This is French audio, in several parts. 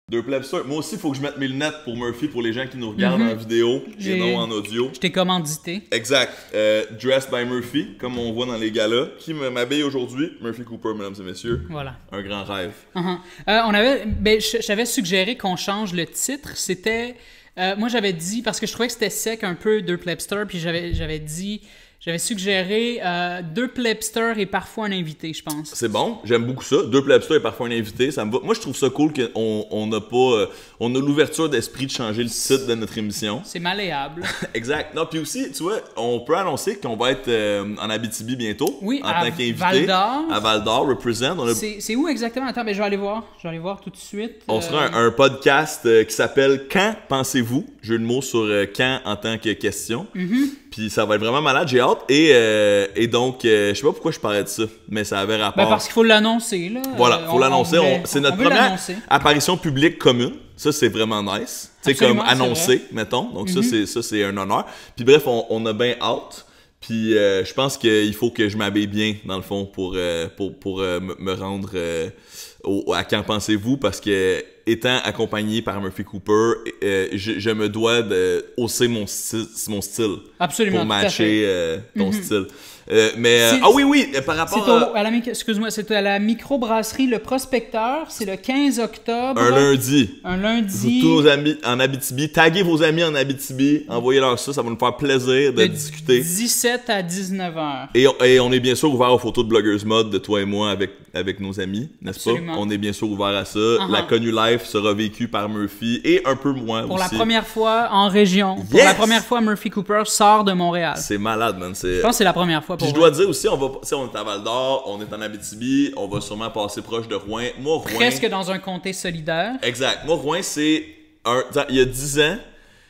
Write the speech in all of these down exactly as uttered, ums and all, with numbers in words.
Deux Plebsters. Moi aussi, il faut que je mette mes lunettes pour Murphy, pour les gens qui nous regardent mm-hmm. en vidéo J'ai... et non en audio. Je t'ai commandité. Exact. Euh, Dressed by Murphy, comme on voit dans les galas. Qui m'habille aujourd'hui? Murphy Cooper, mesdames et messieurs. Voilà. Un grand rêve. Uh-huh. Euh, on avait, ben, je t'avais suggéré qu'on change le titre. C'était... Euh, moi, j'avais dit, parce que je trouvais que c'était sec un peu, Deux Plebsters, puis j'avais, j'avais dit... J'avais suggéré euh, deux plebsters et parfois un invité, je pense. C'est bon, j'aime beaucoup ça. Deux plebsters et parfois un invité, ça me va. Moi, je trouve ça cool qu'on on n'a pas, euh, on a l'ouverture d'esprit de changer le titre de notre émission. C'est malléable. Exact. Non, puis aussi, tu vois, on peut annoncer qu'on va être euh, en Abitibi bientôt. Oui, en à tant qu'invité. Val-d'Or. À Val-d'Or, represent. On a... c'est, c'est où exactement? Attends, mais je vais aller voir. Je vais aller voir tout de suite. On euh... sera un, un podcast euh, qui s'appelle Quand pensez-vous? Jeu de mots sur euh, quand en tant que question. Mm-hmm. Puis ça va être vraiment malade, j'ai hâte. Et, euh, et donc, euh, je sais pas pourquoi je parlais de ça, mais ça avait rapport. Ben parce qu'il faut l'annoncer, là. Voilà, il faut on, l'annoncer. on voulait, on, c'est on, notre on première l'annoncer. apparition publique commune. Ça, c'est vraiment nice. Tu sais, comme annoncé, mettons. Donc, mm-hmm. ça, c'est, ça, c'est un honneur. Puis bref, on, on a bien hâte. Puis euh, je pense qu'il faut que je m'habille bien, dans le fond, pour, euh, pour, pour euh, me rendre euh, au, à Quand pensez-vous, parce que étant accompagné par Murphy Cooper, euh, je, je me dois de hausser mon style, mon style Absolument, pour matcher euh, ton mm-hmm. style. Euh, mais euh, ah oui oui par rapport c'est au, à, à la excuse-moi c'est à la microbrasserie Le Prospecteur, c'est le quinze octobre, un lundi un lundi tous nos amis en Abitibi, taguez vos amis en Abitibi, envoyez-leur ça, ça va nous faire plaisir de, de discuter dix-sept à dix-neuf heures et, et on est bien sûr ouvert aux photos de Blogueurs Mode de toi et moi avec, avec nos amis, n'est-ce Absolument. pas? On est bien sûr ouvert à ça. Uh-huh. La Connue Life sera vécue par Murphy et un peu moi pour aussi. la première fois en région. Yes! Pour la première fois Murphy Cooper sort de Montréal. C'est malade, man. C'est... Je pense que c'est la première fois pour Puis je dois dire aussi, on va, on est à Val-d'Or, on est en Abitibi, on va sûrement passer proche de Rouen. Moi, Rouen... Presque dans un comté solidaire. Exact. Moi, Rouen, c'est... Un... Il y a dix ans,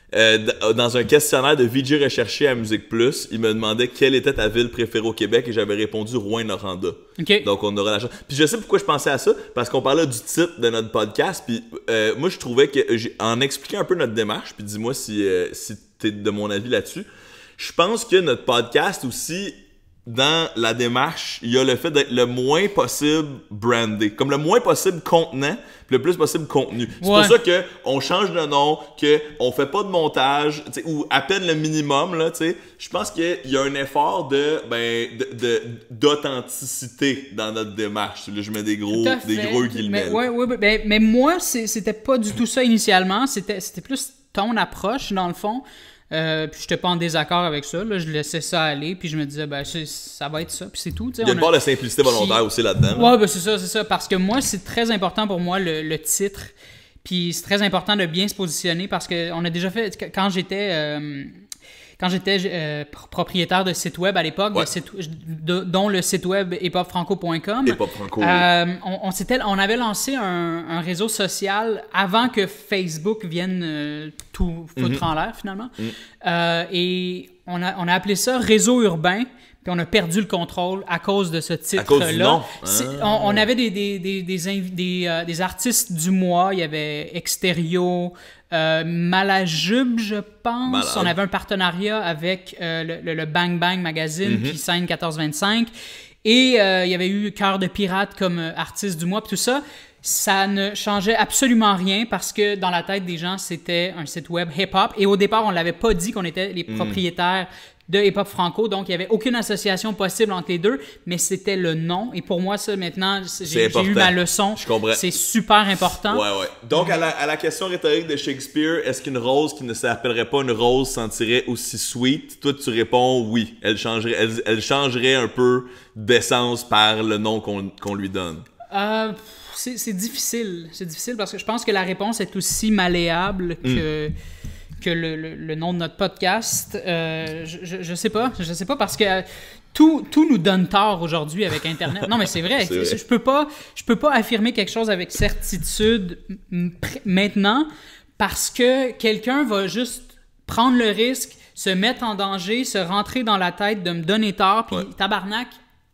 euh, dans un questionnaire de V J recherché à Musique Plus, il me demandait quelle était ta ville préférée au Québec et j'avais répondu Rouen-Noranda. Okay. Donc, on aura la chance. Puis je sais pourquoi je pensais à ça, parce qu'on parlait du titre de notre podcast, puis euh, moi, je trouvais que, en expliquant un peu notre démarche, puis dis-moi si, euh, si t'es de mon avis là-dessus, je pense que notre podcast aussi... Dans la démarche, il y a le fait d'être le moins possible brandé, comme le moins possible contenant, puis le plus possible contenu. C'est ouais. pour ça que on change de nom, que on fait pas de montage, ou à peine le minimum là, tu sais. Je pense qu'il y a un effort de ben de, de d'authenticité dans notre démarche. Là, je mets des gros des gros guillemets. Mais, ouais, ouais, mais, mais moi, c'est, c'était pas du tout ça initialement. C'était c'était plus ton approche dans le fond. Euh, puis j'étais pas en désaccord avec ça, là, je laissais ça aller, puis je me disais, ben, c'est, ça va être ça, puis c'est tout. Il y a une part de simplicité volontaire puis, aussi là-dedans. Là. Ouais, ben c'est ça, c'est ça, parce que moi, c'est très important pour moi, le, le titre, puis c'est très important de bien se positionner, parce qu'on a déjà fait, quand j'étais... Euh, Quand j'étais euh, propriétaire de site web à l'époque, ouais. de site, de, dont le site web hip hop franco point com, hip hop franco, euh, on, on, s'était, on avait lancé un, un réseau social avant que Facebook vienne euh, tout foutre mm-hmm. en l'air, finalement. Mm. Euh, et on a, on a appelé ça Réseau urbain. Puis on a perdu le contrôle à cause de ce titre-là. À cause du nom. Ah. On, on avait des, des, des, des, inv- des, euh, des artistes du mois. Il y avait Extérieur, euh, Malajube, je pense. Malade. On avait un partenariat avec euh, le, le, le Bang Bang Magazine, mm-hmm. puis Scène quatorze vingt-cinq. Et euh, il y avait eu Cœur de Pirate comme euh, artiste du mois, puis tout ça. Ça ne changeait absolument rien parce que dans la tête des gens, c'était un site web hip-hop. Et au départ, on ne l'avait pas dit qu'on était les propriétaires mm. de hip-hop franco. Donc, il n'y avait aucune association possible entre les deux, mais c'était le nom. Et pour moi, ça, maintenant, j'ai, j'ai eu ma leçon. Je comprends. C'est super important. Ouais, ouais. Donc, à la, à la question rhétorique de Shakespeare, est-ce qu'une rose qui ne s'appellerait pas une rose sentirait aussi sweet? Toi, tu réponds oui. Elle changerait, elle, elle changerait un peu d'essence par le nom qu'on, qu'on lui donne. Euh... C'est, c'est difficile. C'est difficile parce que je pense que la réponse est aussi malléable que, mm. que le, le, le nom de notre podcast. Euh, je, je, je sais pas. Je sais pas parce que euh, tout, tout nous donne tort aujourd'hui avec Internet. Non, mais c'est vrai. c'est vrai. Je peux pas, je peux pas affirmer quelque chose avec certitude m- pr- maintenant parce que quelqu'un va juste prendre le risque, se mettre en danger, se rentrer dans la tête de me donner tort, puis ouais. tabarnak.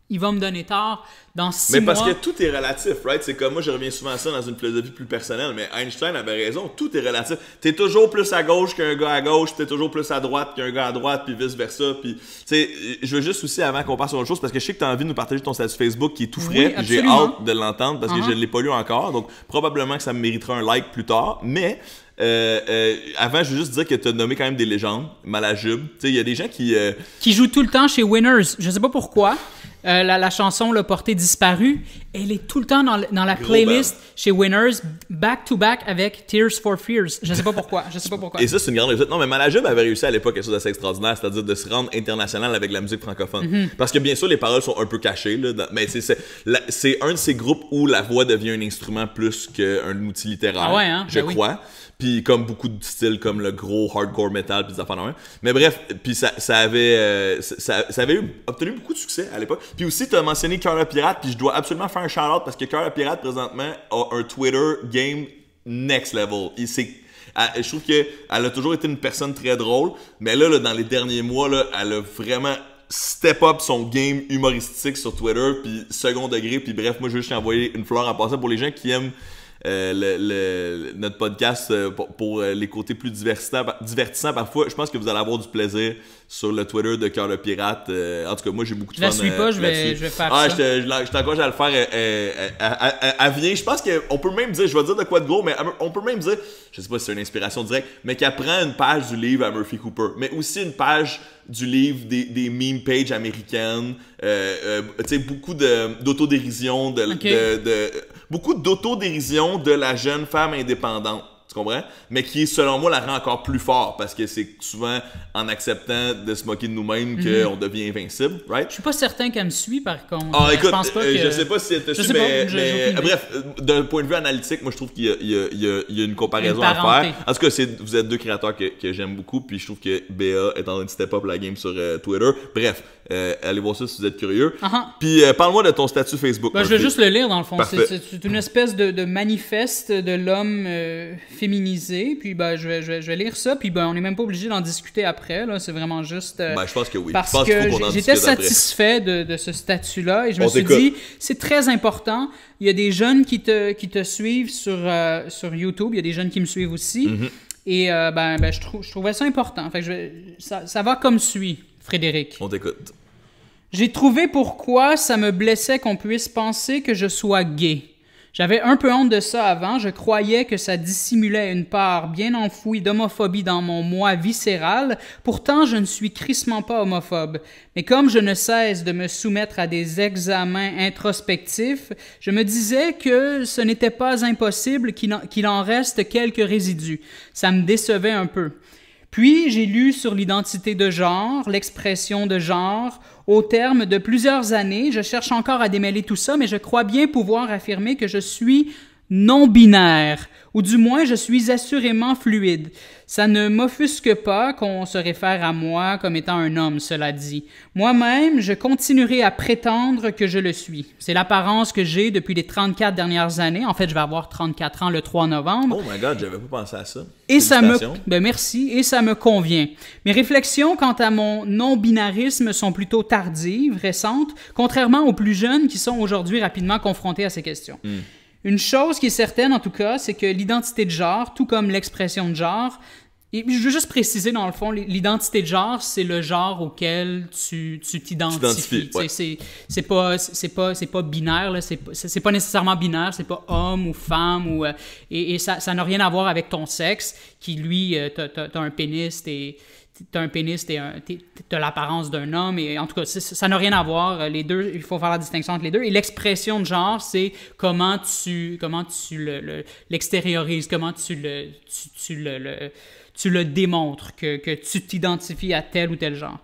il va me donner tort dans six mois. Mais parce mois. que tout est relatif, right? C'est comme moi, je reviens souvent à ça dans une philosophie plus personnelle, mais Einstein avait raison, tout est relatif. T'es toujours plus à gauche qu'un gars à gauche, t'es toujours plus à droite qu'un gars à droite, puis vice-versa. Puis, tu sais, je veux juste aussi, avant qu'on passe sur autre chose, parce que je sais que t'as envie de nous partager ton statut Facebook qui est tout frais, oui, j'ai hâte de l'entendre parce uh-huh. que je ne l'ai pas lu encore, donc probablement que ça me méritera un like plus tard, mais... Euh, euh, avant, je veux juste dire que tu as nommé quand même des légendes, Malajube. Tu sais, il y a des gens qui... Euh... Qui jouent tout le temps chez Winners. Je sais pas pourquoi. Euh, la, la chanson Le Porté Disparu, elle est tout le temps dans, dans la Gros playlist band. Chez Winners, back-to-back avec Tears for Fears. Je sais pas pourquoi. Je sais pas pourquoi. Et ça, c'est une grande réussite. Non, mais Malajube avait réussi à l'époque quelque chose d'assez extraordinaire, c'est-à-dire de se rendre international avec la musique francophone. Mm-hmm. Parce que bien sûr, les paroles sont un peu cachées, là, dans... mais c'est, c'est, la, c'est un de ces groupes où la voix devient un instrument plus qu'un outil littéraire, ah ouais, hein? je ben crois. Oui. Puis comme beaucoup de styles comme le gros hardcore metal puis des affaires de même. Mais bref, puis ça, ça avait euh, ça, ça avait eu, obtenu beaucoup de succès à l'époque. Puis aussi, tu as mentionné Cœur de Pirate, puis je dois absolument faire un shout-out parce que Cœur de Pirate présentement a un Twitter game next level. Il, c'est, elle, je trouve qu'elle a toujours été une personne très drôle, mais là, là dans les derniers mois, là, elle a vraiment step up son game humoristique sur Twitter, puis second degré, puis bref, moi je veux juste envoyer une fleur en passant pour les gens qui aiment Euh, le, le, notre podcast euh, pour, pour euh, les côtés plus divertissants parfois. Je pense que vous allez avoir du plaisir sur le Twitter de Cœur de Pirate. Euh, en tout cas, moi, j'ai beaucoup de fun. Je la suis pas, euh, je, vais, je vais faire ah, ça. Je, te, je, je t'encourage à le faire. Elle, elle, elle, elle, elle vient. Je pense qu'on peut même dire, je vais dire de quoi de gros, mais on peut même dire, je sais pas si c'est une inspiration directe, mais qu'elle prend une page du livre à Murphy Cooper, mais aussi une page du livre des, des meme pages américaines. Euh, euh, tu sais, beaucoup de, d'autodérision, de, okay. de, de, beaucoup d'autodérision de la jeune femme indépendante. Tu comprends? Mais qui, selon moi, la rend encore plus fort parce que c'est souvent en acceptant de se moquer de nous-mêmes mm-hmm. qu'on devient invincible, right? Je suis pas certain qu'elle me suit, par contre. Ah, écoute, je pense pas que... je sais pas si elle te suit, mais, mais bref, d'un point de vue analytique, moi, je trouve qu'il y a, il y a, il y a, il y a une comparaison une à faire. En tout cas, c'est, vous êtes deux créateurs que, que j'aime beaucoup, puis je trouve que B A est en train de step up la game sur euh, Twitter. Bref, euh, allez voir ça si vous êtes curieux. Uh-huh. Puis, euh, parle-moi de ton statut Facebook. Ben, je vais juste le lire, dans le fond. C'est, c'est, c'est une espèce de, de manifeste de l'homme euh, féminisé. Puis, ben, je vais, je vais, je vais lire ça. Puis, ben, on n'est même pas obligé d'en discuter après. Là. C'est vraiment juste... Euh, ben, je pense que oui. Parce je pense que qu'il faut qu'on en j'étais discute satisfait de, de ce statut-là. Et je me on suis t'écoute. dit, c'est très important. Il y a des jeunes qui te, qui te suivent sur, euh, sur YouTube. Il y a des jeunes qui me suivent aussi. Mm-hmm. Et euh, ben, ben, je, trou- je trouvais ça important. Fait que je vais, ça, ça va comme suit, Frédéric. On t'écoute. J'ai trouvé pourquoi ça me blessait qu'on puisse penser que je sois gay. J'avais un peu honte de ça avant, je croyais que ça dissimulait une part bien enfouie d'homophobie dans mon moi viscéral, pourtant je ne suis crissement pas homophobe. Mais comme je ne cesse de me soumettre à des examens introspectifs, je me disais que ce n'était pas impossible qu'il en, qu'il en reste quelques résidus. Ça me décevait un peu. Puis, j'ai lu sur l'identité de genre, l'expression de genre. Au terme de plusieurs années, je cherche encore à démêler tout ça, mais je crois bien pouvoir affirmer que je suis non-binaire, ou du moins je suis assurément fluide. Ça ne m'offusque pas qu'on se réfère à moi comme étant un homme, cela dit. Moi-même, je continuerai à prétendre que je le suis. C'est l'apparence que j'ai depuis les trente-quatre dernières années. En fait, je vais avoir trente-quatre ans le trois novembre. Oh my God, j'avais pas pensé à ça. Et ça me, ben merci, et ça me convient. Mes réflexions quant à mon non-binarisme sont plutôt tardives, récentes, contrairement aux plus jeunes qui sont aujourd'hui rapidement confrontés à ces questions. Mm. Une chose qui est certaine, en tout cas, c'est que l'identité de genre, tout comme l'expression de genre, et je veux juste préciser, dans le fond, l'identité de genre, c'est le genre auquel tu, tu t'identifies. Ouais. C'est, c'est, pas, c'est, pas, c'est pas binaire, là. C'est, c'est pas nécessairement binaire, c'est pas homme ou femme, ou, et, et ça, ça n'a rien à voir avec ton sexe, qui, lui, t'as, t'as, t'as un pénis, t'es... T'as un pénis, t'es un, t'es, t'as l'apparence d'un homme, et en tout cas, ça n'a rien à voir. Les deux, il faut faire la distinction entre les deux. Et l'expression de genre, c'est comment tu, comment tu le, le, l'extériorises, comment tu le, tu, tu le, le, tu le démontres, que, que tu t'identifies à tel ou tel genre.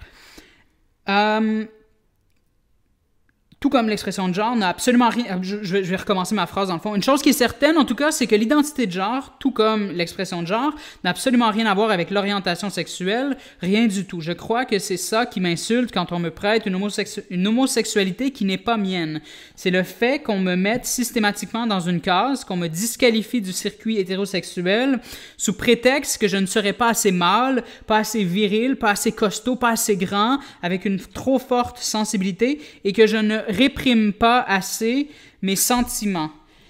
Euh, tout comme l'expression de genre n'a absolument rien... Je, je vais recommencer ma phrase dans le fond. Une chose qui est certaine, en tout cas, c'est que l'identité de genre, tout comme l'expression de genre, n'a absolument rien à voir avec l'orientation sexuelle, rien du tout. Je crois que c'est ça qui m'insulte quand on me prête une, homosexu... une homosexualité qui n'est pas mienne. C'est le fait qu'on me mette systématiquement dans une case, qu'on me disqualifie du circuit hétérosexuel, sous prétexte que je ne serais pas assez mâle, pas assez viril, pas assez costaud, pas assez grand, avec une trop forte sensibilité, et que je ne réprime pas assez mes sentiments.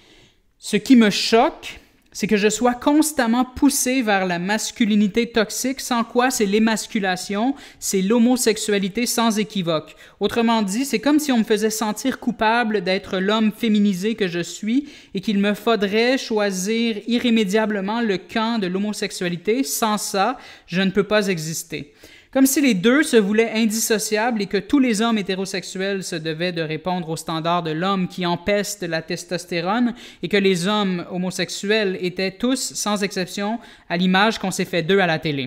Ce qui me choque, c'est que je sois constamment poussé vers la masculinité toxique, sans quoi c'est l'émasculation, c'est l'homosexualité sans équivoque. Autrement dit, c'est comme si on me faisait sentir coupable d'être l'homme féminisé que je suis et qu'il me faudrait choisir irrémédiablement le camp de l'homosexualité. Sans ça, je ne peux pas exister. Comme si les deux se voulaient indissociables et que tous les hommes hétérosexuels se devaient de répondre aux standards de l'homme qui empeste la testostérone et que les hommes homosexuels étaient tous, sans exception, à l'image qu'on s'est fait d'eux à la télé.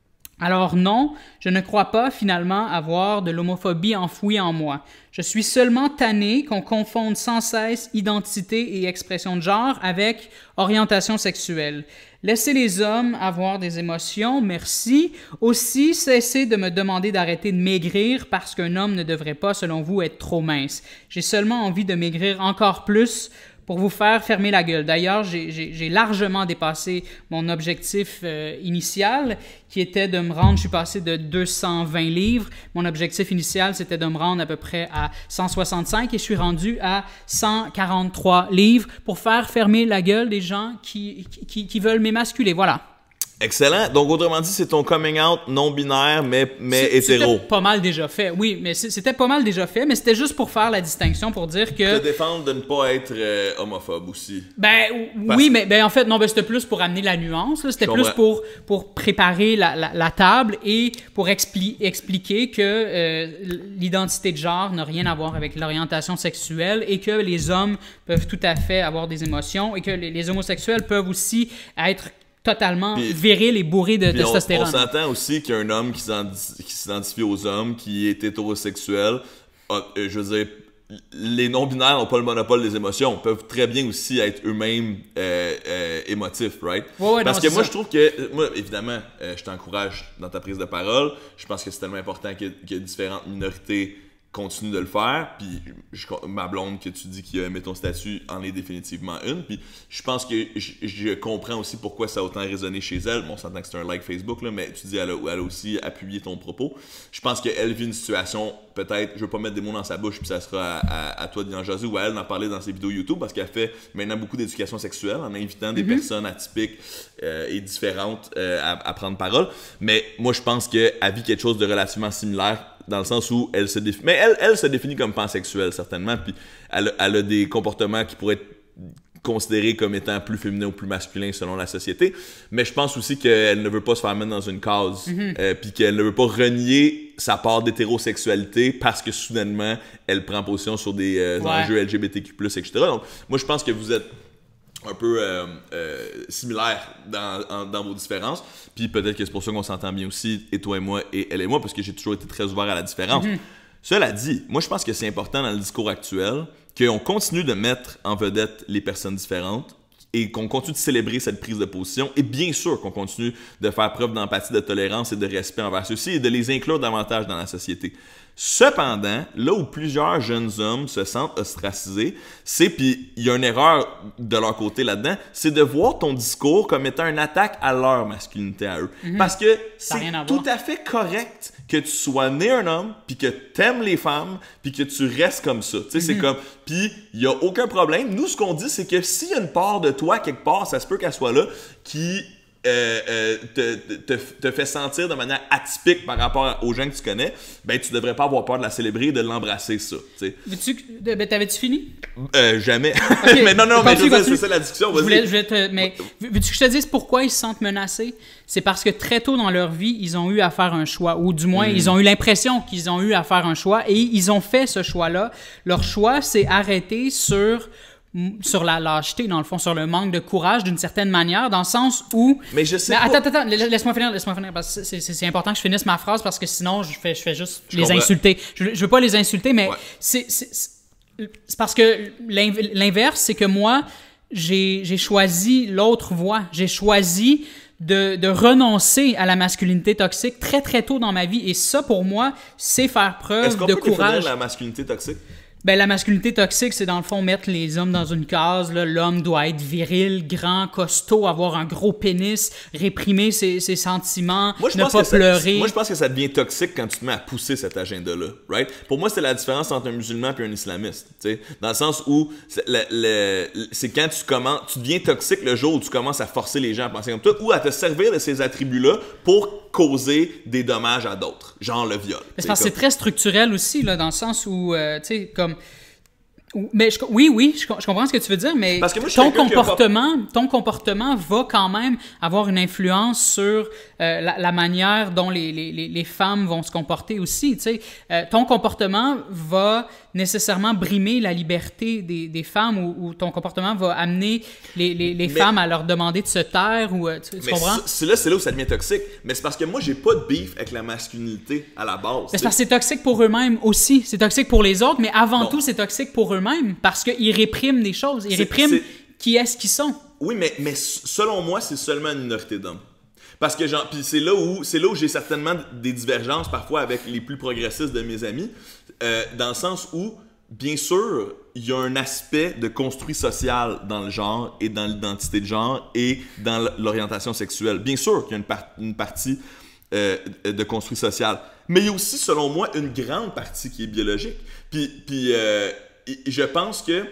Alors non, je ne crois pas finalement avoir de l'homophobie enfouie en moi. Je suis seulement tanné qu'on confonde sans cesse identité et expression de genre avec orientation sexuelle. Laissez les hommes avoir des émotions, merci. Aussi, cessez de me demander d'arrêter de maigrir parce qu'un homme ne devrait pas, selon vous, être trop mince. J'ai seulement envie de maigrir encore plus pour vous faire fermer la gueule. D'ailleurs, j'ai, j'ai, j'ai largement dépassé mon objectif euh, initial, qui était de me rendre, je suis passé de deux cent vingt livres. Mon objectif initial, c'était de me rendre à peu près à cent soixante-cinq et je suis rendu à cent quarante-trois livres pour faire fermer la gueule des gens qui, qui, qui veulent m'émasculer. Voilà. Excellent. Donc, autrement dit, c'est ton coming out non-binaire, mais, mais c'est, hétéro. C'était pas mal déjà fait, oui, mais c'était pas mal déjà fait, mais c'était juste pour faire la distinction, pour dire que... Te défendre de ne pas être euh, homophobe aussi. Ben Parce... oui, mais ben, en fait, non, ben, c'était plus pour amener la nuance, là. C'était plus pour, pour préparer la, la, la table et pour expli- expliquer que euh, l'identité de genre n'a rien à voir avec l'orientation sexuelle et que les hommes peuvent tout à fait avoir des émotions et que les, les homosexuels peuvent aussi être totalement puis, viril et bourré de testostérone. On, on s'entend aussi qu'un homme qui, qui s'identifie aux hommes, qui est hétérosexuel, a, je veux dire, les non-binaires n'ont pas le monopole des émotions, peuvent très bien aussi être eux-mêmes euh, euh, émotifs, right? Ouais, ouais, Parce non, que moi, ça. je trouve que, moi, évidemment, euh, je t'encourage dans ta prise de parole. Je pense que c'est tellement important que, que différentes minorités continue de le faire, puis je, ma blonde que tu dis qui a aimé ton statut en est définitivement une, puis je pense que je, je comprends aussi pourquoi ça a autant résonné chez elle. Bon, on s'entend que c'est un like Facebook, là, mais tu dis elle a, elle a aussi appuyé ton propos. Je pense qu'elle vit une situation, peut-être, je veux pas mettre des mots dans sa bouche, puis ça sera à, à, à toi d'y en jaser, ou à elle d'en parler dans ses vidéos YouTube, parce qu'elle fait maintenant beaucoup d'éducation sexuelle en invitant des mm-hmm. personnes atypiques euh, et différentes euh, à, à prendre parole. Mais moi, je pense qu'elle vit quelque chose de relativement similaire, dans le sens où elle se définit... Mais elle, elle se définit comme pansexuelle, certainement, puis elle, elle a des comportements qui pourraient être considérés comme étant plus féminins ou plus masculins selon la société, mais je pense aussi qu'elle ne veut pas se faire mettre dans une case, mm-hmm. euh, puis qu'elle ne veut pas renier sa part d'hétérosexualité parce que soudainement, elle prend position sur des euh, ouais. enjeux L G B T Q plus, et cetera. Donc, moi, je pense que vous êtes un peu euh, euh, similaires dans, en, dans vos différences. Puis peut-être que c'est pour ça qu'on s'entend bien aussi, et toi et moi, et elle et moi, parce que j'ai toujours été très ouvert à la différence. Mm-hmm. Cela dit, moi je pense que c'est important dans le discours actuel qu'on continue de mettre en vedette les personnes différentes et qu'on continue de célébrer cette prise de position. Et bien sûr qu'on continue de faire preuve d'empathie, de tolérance et de respect envers ceux-ci et de les inclure davantage dans la société. Cependant, là où plusieurs jeunes hommes se sentent ostracisés, c'est, puis il y a une erreur de leur côté là-dedans, c'est de voir ton discours comme étant une attaque à leur masculinité à eux. Mm-hmm. Parce que c'est à tout à fait correct que tu sois né un homme, puis que t'aimes les femmes, puis que tu restes comme ça. Tu sais, mm-hmm. c'est comme... Puis il y a aucun problème. Nous, ce qu'on dit, c'est que s'il y a une part de toi, quelque part, ça se peut qu'elle soit là, qui... Euh, euh, te, te, te fait sentir de manière atypique par rapport aux gens que tu connais, ben tu devrais pas avoir peur de la célébrer et de l'embrasser, ça. Veux-tu, ben, t'avais-tu fini? Euh, jamais. Okay. mais non, non, mais je veux dire, c'est ça la discussion. Je voulais, je voulais te, mais veux-tu que je te dise pourquoi ils se sentent menacés? C'est parce que très tôt dans leur vie, ils ont eu à faire un choix, ou du moins, mm. ils ont eu l'impression qu'ils ont eu à faire un choix, et ils ont fait ce choix-là. Leur choix, c'est arrêter sur... sur la lâcheté, dans le fond, sur le manque de courage d'une certaine manière, dans le sens où... Mais je sais mais pas... Attends, attends, laisse-moi finir, laisse-moi finir, parce que c'est, c'est, c'est important que je finisse ma phrase, parce que sinon, je fais, je fais juste je les comprends. insulter. Je, je veux pas les insulter, mais ouais. c'est, c'est, c'est parce que l'inverse, c'est que moi, j'ai, j'ai choisi l'autre voie. J'ai choisi de, de renoncer à la masculinité toxique très, très tôt dans ma vie. Et ça, pour moi, c'est faire preuve Est-ce qu'on de peut courage. définir la masculinité toxique? Ben, la masculinité toxique, c'est dans le fond mettre les hommes dans une case. Là. L'homme doit être viril, grand, costaud, avoir un gros pénis, réprimer ses, ses sentiments, moi, je ne pense pas que ça, pleurer. Moi, je pense que ça devient toxique quand tu te mets à pousser cet agenda-là, right? Pour moi, c'est la différence entre un musulman et un islamiste, tu sais, dans le sens où c'est, le, le, c'est quand tu commences, tu deviens toxique le jour où tu commences à forcer les gens à penser comme toi ou à te servir de ces attributs-là pour causer des dommages à d'autres, genre le viol. C'est parce que comme... c'est très structurel aussi, là, dans le sens où, euh, tu sais, comme... Mais je, oui, oui, je, je comprends ce que tu veux dire, mais Parce que moi, je ton comportement, pas... ton comportement va quand même avoir une influence sur euh, la, la manière dont les, les, les femmes vont se comporter aussi. Tu sais, euh, ton comportement va nécessairement brimer la liberté des, des femmes ou, ou ton comportement va amener les, les, les mais, femmes à leur demander de se taire ou tu, tu comprends? C'est là, c'est là où ça devient toxique. Mais c'est parce que moi, j'ai pas de beef avec la masculinité à la base. C'est parce que c'est toxique pour eux-mêmes aussi. C'est toxique pour les autres, mais avant bon. tout, c'est toxique pour eux-mêmes parce qu'ils répriment des choses. Ils c'est, répriment c'est... qui est-ce qu'ils sont. Oui, mais, mais selon moi, c'est seulement une minorité d'hommes. Parce que genre, puis c'est là où c'est là où j'ai certainement des divergences parfois avec les plus progressistes de mes amis, euh, dans le sens où, bien sûr, il y a un aspect de construit social dans le genre et dans l'identité de genre et dans l'orientation sexuelle. Bien sûr qu'il y a une, par- une partie euh, de construit social, mais il y a aussi, selon moi, une grande partie qui est biologique. Puis, puis euh, je pense que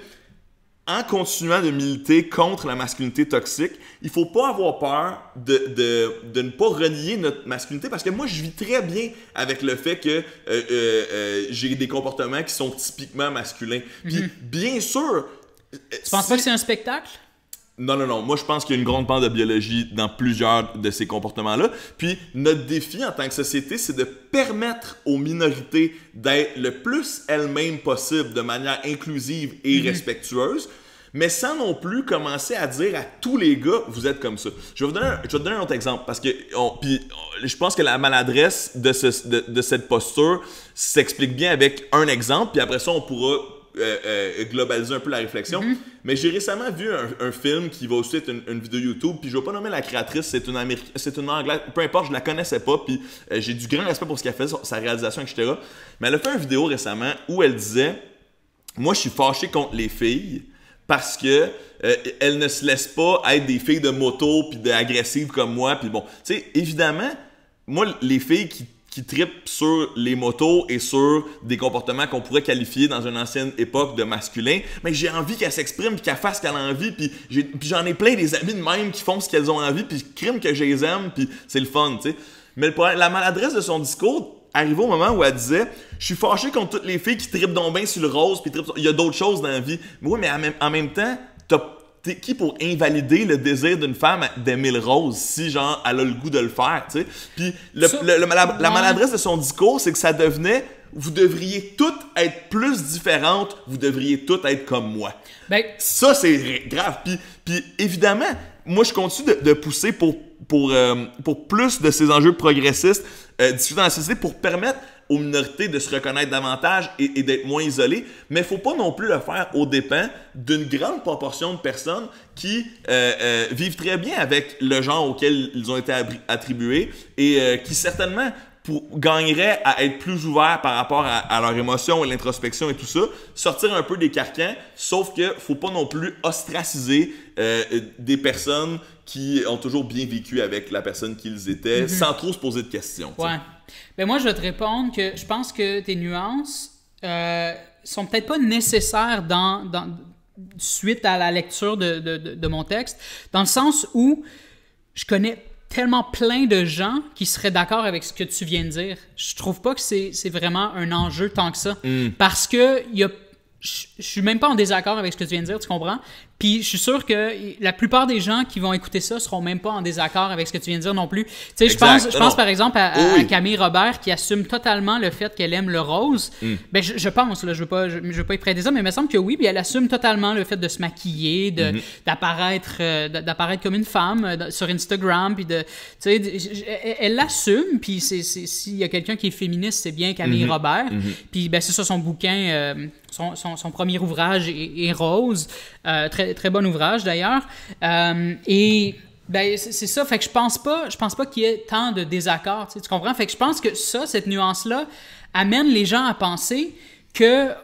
en continuant de militer contre la masculinité toxique, il ne faut pas avoir peur de, de, de ne pas renier notre masculinité parce que moi, je vis très bien avec le fait que euh, euh, euh, j'ai des comportements qui sont typiquement masculins. Puis, mm-hmm. bien sûr... Tu si... penses pas que c'est un spectacle? Non, non, non. Moi, je pense qu'il y a une grande part de biologie dans plusieurs de ces comportements-là. Puis, notre défi en tant que société, c'est de permettre aux minorités d'être le plus elles-mêmes possible de manière inclusive et mmh. respectueuse, mais sans non plus commencer à dire à tous les gars, vous êtes comme ça. Je vais vous donner un, je vais vous donner un autre exemple, parce que on, puis, on, je pense que la maladresse de, ce, de, de cette posture s'explique bien avec un exemple, puis après ça, on pourra... Euh, euh, globaliser un peu la réflexion. Mm-hmm. Mais j'ai récemment vu un, un film qui va aussi être une, une vidéo YouTube, puis je ne vais pas nommer la créatrice, c'est une Américaine, c'est une Anglaise, peu importe, je la connaissais pas, puis euh, j'ai du grand respect pour ce qu'elle fait, sa réalisation, et cetera. Mais elle a fait une vidéo récemment où elle disait « Moi, je suis fâché contre les filles parce que euh, elles ne se laissent pas être des filles de moto puis agressives comme moi. » Puis bon, tu sais, évidemment, moi, les filles qui qui trippent sur les motos et sur des comportements qu'on pourrait qualifier dans une ancienne époque de masculin, mais j'ai envie qu'elle s'exprime puis qu'elle fasse ce qu'elle a envie, puis, j'ai, puis j'en ai plein des amis de même qui font ce qu'elles ont envie, puis crime que je les aime, puis c'est le fun, tu sais. Mais le problème, la maladresse de son discours arrivait au moment où elle disait « Je suis fâché contre toutes les filles qui trippent donc bien sur le rose, puis il y a d'autres choses dans la vie. » Mais oui, mais en même, en même temps, t'as t'es qui pour invalider le désir d'une femme d'aimer le rose si, genre, elle a le goût de le faire, tu sais? Puis le, ça, le, le, la, la maladresse de son discours, c'est que ça devenait « Vous devriez toutes être plus différentes, vous devriez toutes être comme moi. Ben, » Ça, c'est grave. Puis, puis évidemment, moi, je continue de, de pousser pour, pour, euh, pour plus de ces enjeux progressistes euh, discutés dans la société pour permettre aux minorités de se reconnaître davantage et, et d'être moins isolées, mais il ne faut pas non plus le faire aux dépens d'une grande proportion de personnes qui euh, euh, vivent très bien avec le genre auquel ils ont été attribués et euh, qui certainement pour, gagneraient à être plus ouverts par rapport à, à leurs émotions et l'introspection et tout ça, sortir un peu des carcans, sauf qu'il ne faut pas non plus ostraciser euh, des personnes qui ont toujours bien vécu avec la personne qu'ils étaient, mm-hmm. sans trop se poser de questions. Ouais. Ben moi, je vais te répondre que je pense que tes nuances euh, sont peut-être pas nécessaires dans, dans, suite à la lecture de, de, de, de mon texte, dans le sens où je connais tellement plein de gens qui seraient d'accord avec ce que tu viens de dire. Je trouve pas que c'est, c'est vraiment un enjeu tant que ça. Mm. Parce que il y a, je, je suis même pas en désaccord avec ce que tu viens de dire, tu comprends? Puis je suis sûr que la plupart des gens qui vont écouter ça seront même pas en désaccord avec ce que tu viens de dire non plus. Tu sais, je pense, je pense par exemple à, à, oui. à Camille Robert qui assume totalement le fait qu'elle aime le rose. Mm. Ben je, je pense, là, je veux pas, je, je veux pas y prêter ça, mais il me semble que oui. Puis elle assume totalement le fait de se maquiller, de mm-hmm. d'apparaître, euh, d'apparaître comme une femme euh, sur Instagram, puis de, tu sais, elle, elle l'assume. Puis c'est, c'est, s'il y a quelqu'un qui est féministe, c'est bien Camille mm-hmm. Robert. Mm-hmm. Puis ben c'est ça son bouquin, euh, son, son, son premier ouvrage est, est Rose, euh, très très bon ouvrage d'ailleurs. Euh, et ben, c'est, c'est ça. Fait que je pense pas, je pense pas qu'il y ait tant de désaccords. Tu sais, tu comprends? Fait que je pense que ça, cette nuance-là, amène les gens à penser que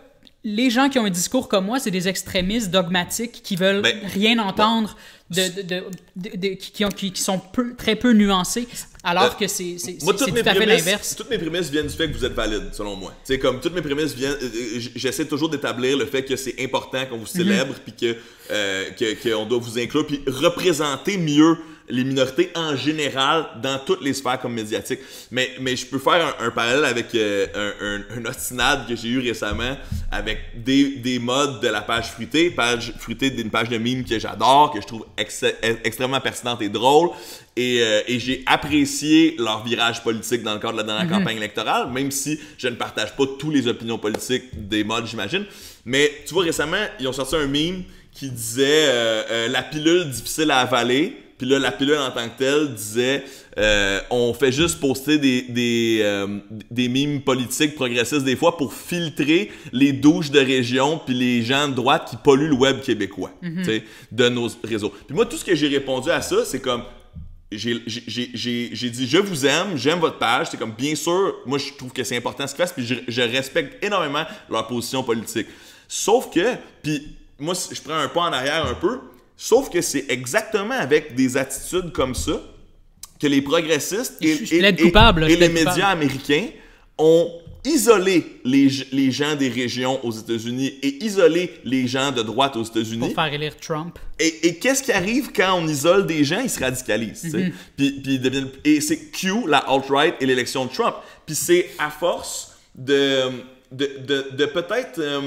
les gens qui ont un discours comme moi, c'est des extrémistes dogmatiques qui veulent ben, rien entendre, ouais. de, de, de, de, de, qui, ont, qui, qui sont peu, très peu nuancés, alors euh, que c'est, c'est, moi, c'est tout à fait l'inverse. Toutes mes prémices viennent du fait que vous êtes valide, selon moi. C'est comme toutes mes prémices viennent, euh, j'essaie toujours d'établir le fait que c'est important qu'on vous célèbre, mm-hmm. puis que, euh, que, qu'on doit vous inclure, puis représenter mieux les minorités en général dans toutes les sphères comme médiatiques. Mais, mais je peux faire un, un parallèle avec euh, un, un, un ostinade que j'ai eu récemment avec des, des modes de la page fruitée. Page fruitée d'une page de mime que j'adore, que je trouve ex- extrêmement pertinente et drôle. Et, euh, et j'ai apprécié leur virage politique dans le cadre de la dernière mm-hmm. campagne électorale, même si je ne partage pas toutes les opinions politiques des modes, j'imagine. Mais tu vois, récemment, ils ont sorti un mime qui disait euh, euh, « la pilule difficile à avaler ». Puis là, la pilule en tant que telle disait euh, on fait juste poster des, des, euh, des mimes politiques progressistes des fois pour filtrer les douches de région puis les gens de droite qui polluent le web québécois, mm-hmm. tu sais, de nos réseaux. Puis moi, tout ce que j'ai répondu à ça, c'est comme j'ai, j'ai, j'ai, j'ai dit je vous aime, j'aime votre page. C'est comme bien sûr, moi je trouve que c'est important ce qu'ils fassent, puis je, je respecte énormément leur position politique. Sauf que, puis moi, je prends un pas en arrière un peu. Sauf que c'est exactement avec des attitudes comme ça que les progressistes et, et, et, coupable, et les médias coupable. américains ont isolé les, les gens des régions aux États-Unis et isolé les gens de droite aux États-Unis. Pour faire élire Trump. Et, et qu'est-ce qui arrive quand on isole des gens? Ils se radicalisent. Mm-hmm. Puis, puis deviennent, et c'est Q, la alt-right et l'élection de Trump. Puis c'est à force de, de, de, de peut-être... Euh,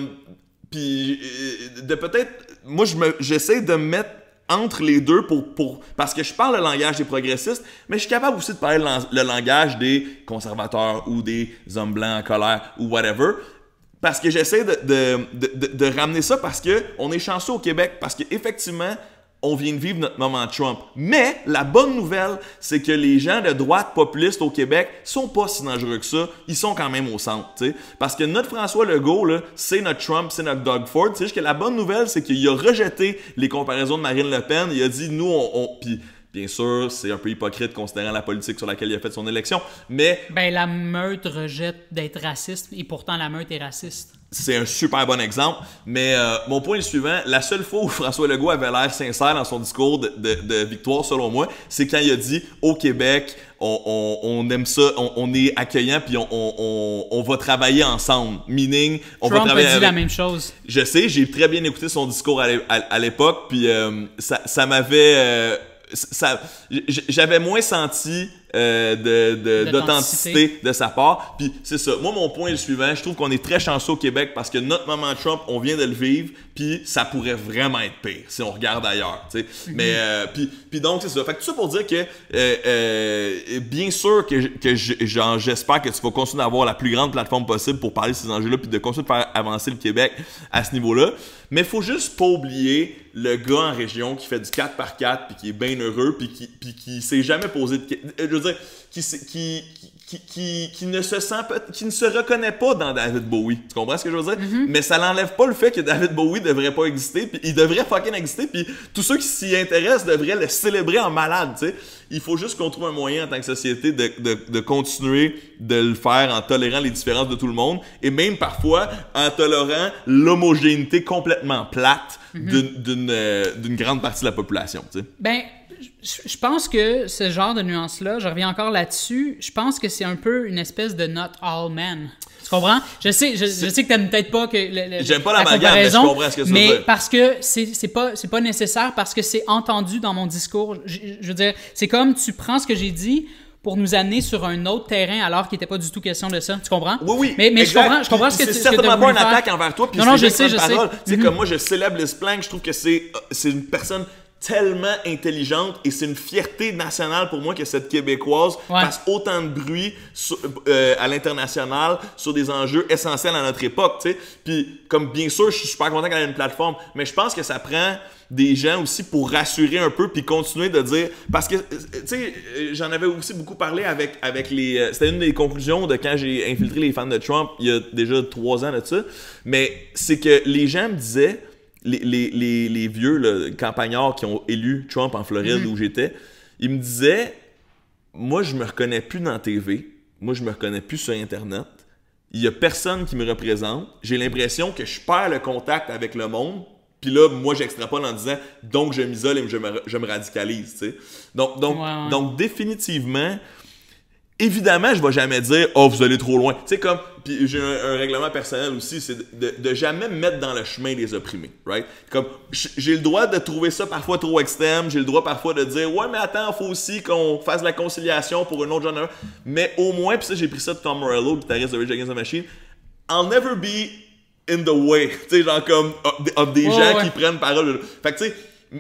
puis de peut-être... Moi, je me, j'essaie de me mettre entre les deux pour, pour, parce que je parle le langage des progressistes, mais je suis capable aussi de parler le, le langage des conservateurs ou des hommes blancs en colère ou whatever. Parce que j'essaie de, de, de, de, de ramener ça parce qu'on est chanceux au Québec. Parce qu'effectivement, on vient de vivre notre moment Trump. Mais la bonne nouvelle, c'est que les gens de droite populistes au Québec sont pas si dangereux que ça. Ils sont quand même au centre, tu sais. Parce que notre François Legault, là, c'est notre Trump, c'est notre Doug Ford. C'est juste que la bonne nouvelle, c'est qu'il a rejeté les comparaisons de Marine Le Pen. Il a dit, nous, on... on... Puis, bien sûr, c'est un peu hypocrite considérant la politique sur laquelle il a fait son élection, mais... Ben, la meute rejette d'être raciste, et pourtant la meute est raciste. C'est un super bon exemple, mais euh, mon point est le suivant. La seule fois où François Legault avait l'air sincère dans son discours de, de, de victoire, selon moi, c'est quand il a dit « Au Québec, on, on, on aime ça, on, on est accueillant, puis on, on, on va travailler ensemble. » Meaning, on Trump va travailler a dit avec... la même chose. Je sais, j'ai très bien écouté son discours à, à, à l'époque, puis euh, ça, ça m'avait... Euh, Ça, j'avais moins senti euh, de, de, d'authenticité de sa part. Puis c'est ça. Moi, mon point est le suivant. Je trouve qu'on est très chanceux au Québec parce que notre moment Trump, on vient de le vivre. Puis ça pourrait vraiment être pire si on regarde ailleurs. Tu sais. Mm-hmm. Mais euh, puis, puis donc, c'est ça. Fait que tout ça pour dire que euh, euh, bien sûr que, que genre, j'espère que tu vas continuer d'avoir la plus grande plateforme possible pour parler de ces enjeux-là puis de continuer de faire avancer le Québec à ce niveau-là. Mais il faut juste pas oublier le gars en région qui fait du quatre par quatre puis qui est bien heureux puis qui, puis qui s'est jamais posé de... Je veux dire, qui, qui, qui, qui, qui ne se sent pas, qui ne se reconnaît pas dans David Bowie. Tu comprends ce que je veux dire? Mm-hmm. Mais ça n'enlève pas le fait que David Bowie devrait pas exister puis il devrait fucking exister puis tous ceux qui s'y intéressent devraient le célébrer en malade, tu sais. Il faut juste qu'on trouve un moyen en tant que société de, de, de continuer de le faire en tolérant les différences de tout le monde et même parfois en tolérant l'homogénéité complètement plate mm-hmm. d'une, d'une, euh, d'une grande partie de la population. Tu sais. Ben, je pense que ce genre de nuance-là, je reviens encore là-dessus, je pense que c'est un peu une espèce de not all men. Tu comprends? Je sais, je, je sais que t'aimes peut-être pas que le, le, J'aime pas la, la comparaison, mais je comprends ce que tu veux dire. Mais parce que c'est, c'est pas, c'est pas nécessaire, parce que c'est entendu dans mon discours. Je, je veux dire, c'est comme tu prends ce que j'ai dit pour nous amener sur un autre terrain alors qu'il n'était pas du tout question de ça. Tu comprends? Oui, oui. Mais, mais je comprends, je comprends ce que tu C'est certainement que pas une attaque envers toi. Puis non, non, je sais, je sais. Tu sais, comme moi, je célèbre Liz Plank, je trouve que c'est, c'est une personne tellement intelligente et c'est une fierté nationale pour moi que cette Québécoise ouais. fasse autant de bruit sur, euh, à l'international sur des enjeux essentiels à notre époque, tu sais. Puis comme bien sûr, je suis super content qu'elle ait une plateforme, mais je pense que ça prend des gens aussi pour rassurer un peu puis continuer de dire parce que tu sais j'en avais aussi beaucoup parlé avec avec les euh, c'était une des conclusions de quand j'ai infiltré les fans de Trump il y a déjà trois ans de ça, mais c'est que les gens me disaient Les, les, les, les vieux là, campagnards qui ont élu Trump en Floride mm-hmm. où j'étais, ils me disaient « Moi, je me reconnais plus dans la T V. Moi, je me reconnais plus sur Internet. il y a personne qui me représente. J'ai l'impression que je perds le contact avec le monde. Puis là, moi, j'extrapole en disant « donc je m'isole et je me, je me radicalise ». Tu sais. Donc, donc, ouais, ouais. donc, définitivement, évidemment, je ne vais jamais dire « oh, vous allez trop loin ». Tu sais, comme, puis j'ai un, un règlement personnel aussi, c'est de, de jamais me mettre dans le chemin des opprimés, right? Comme, j'ai le droit de trouver ça parfois trop extrême, j'ai le droit parfois de dire « ouais, mais attends, il faut aussi qu'on fasse la conciliation pour une autre génération ». Mais au moins, puis ça, j'ai pris ça de Tom Morello, le guitariste de Rage Against the Machine, « I'll never be in the way », tu sais, genre comme of, of des oh, gens ouais. qui prennent parole. Fait que tu sais,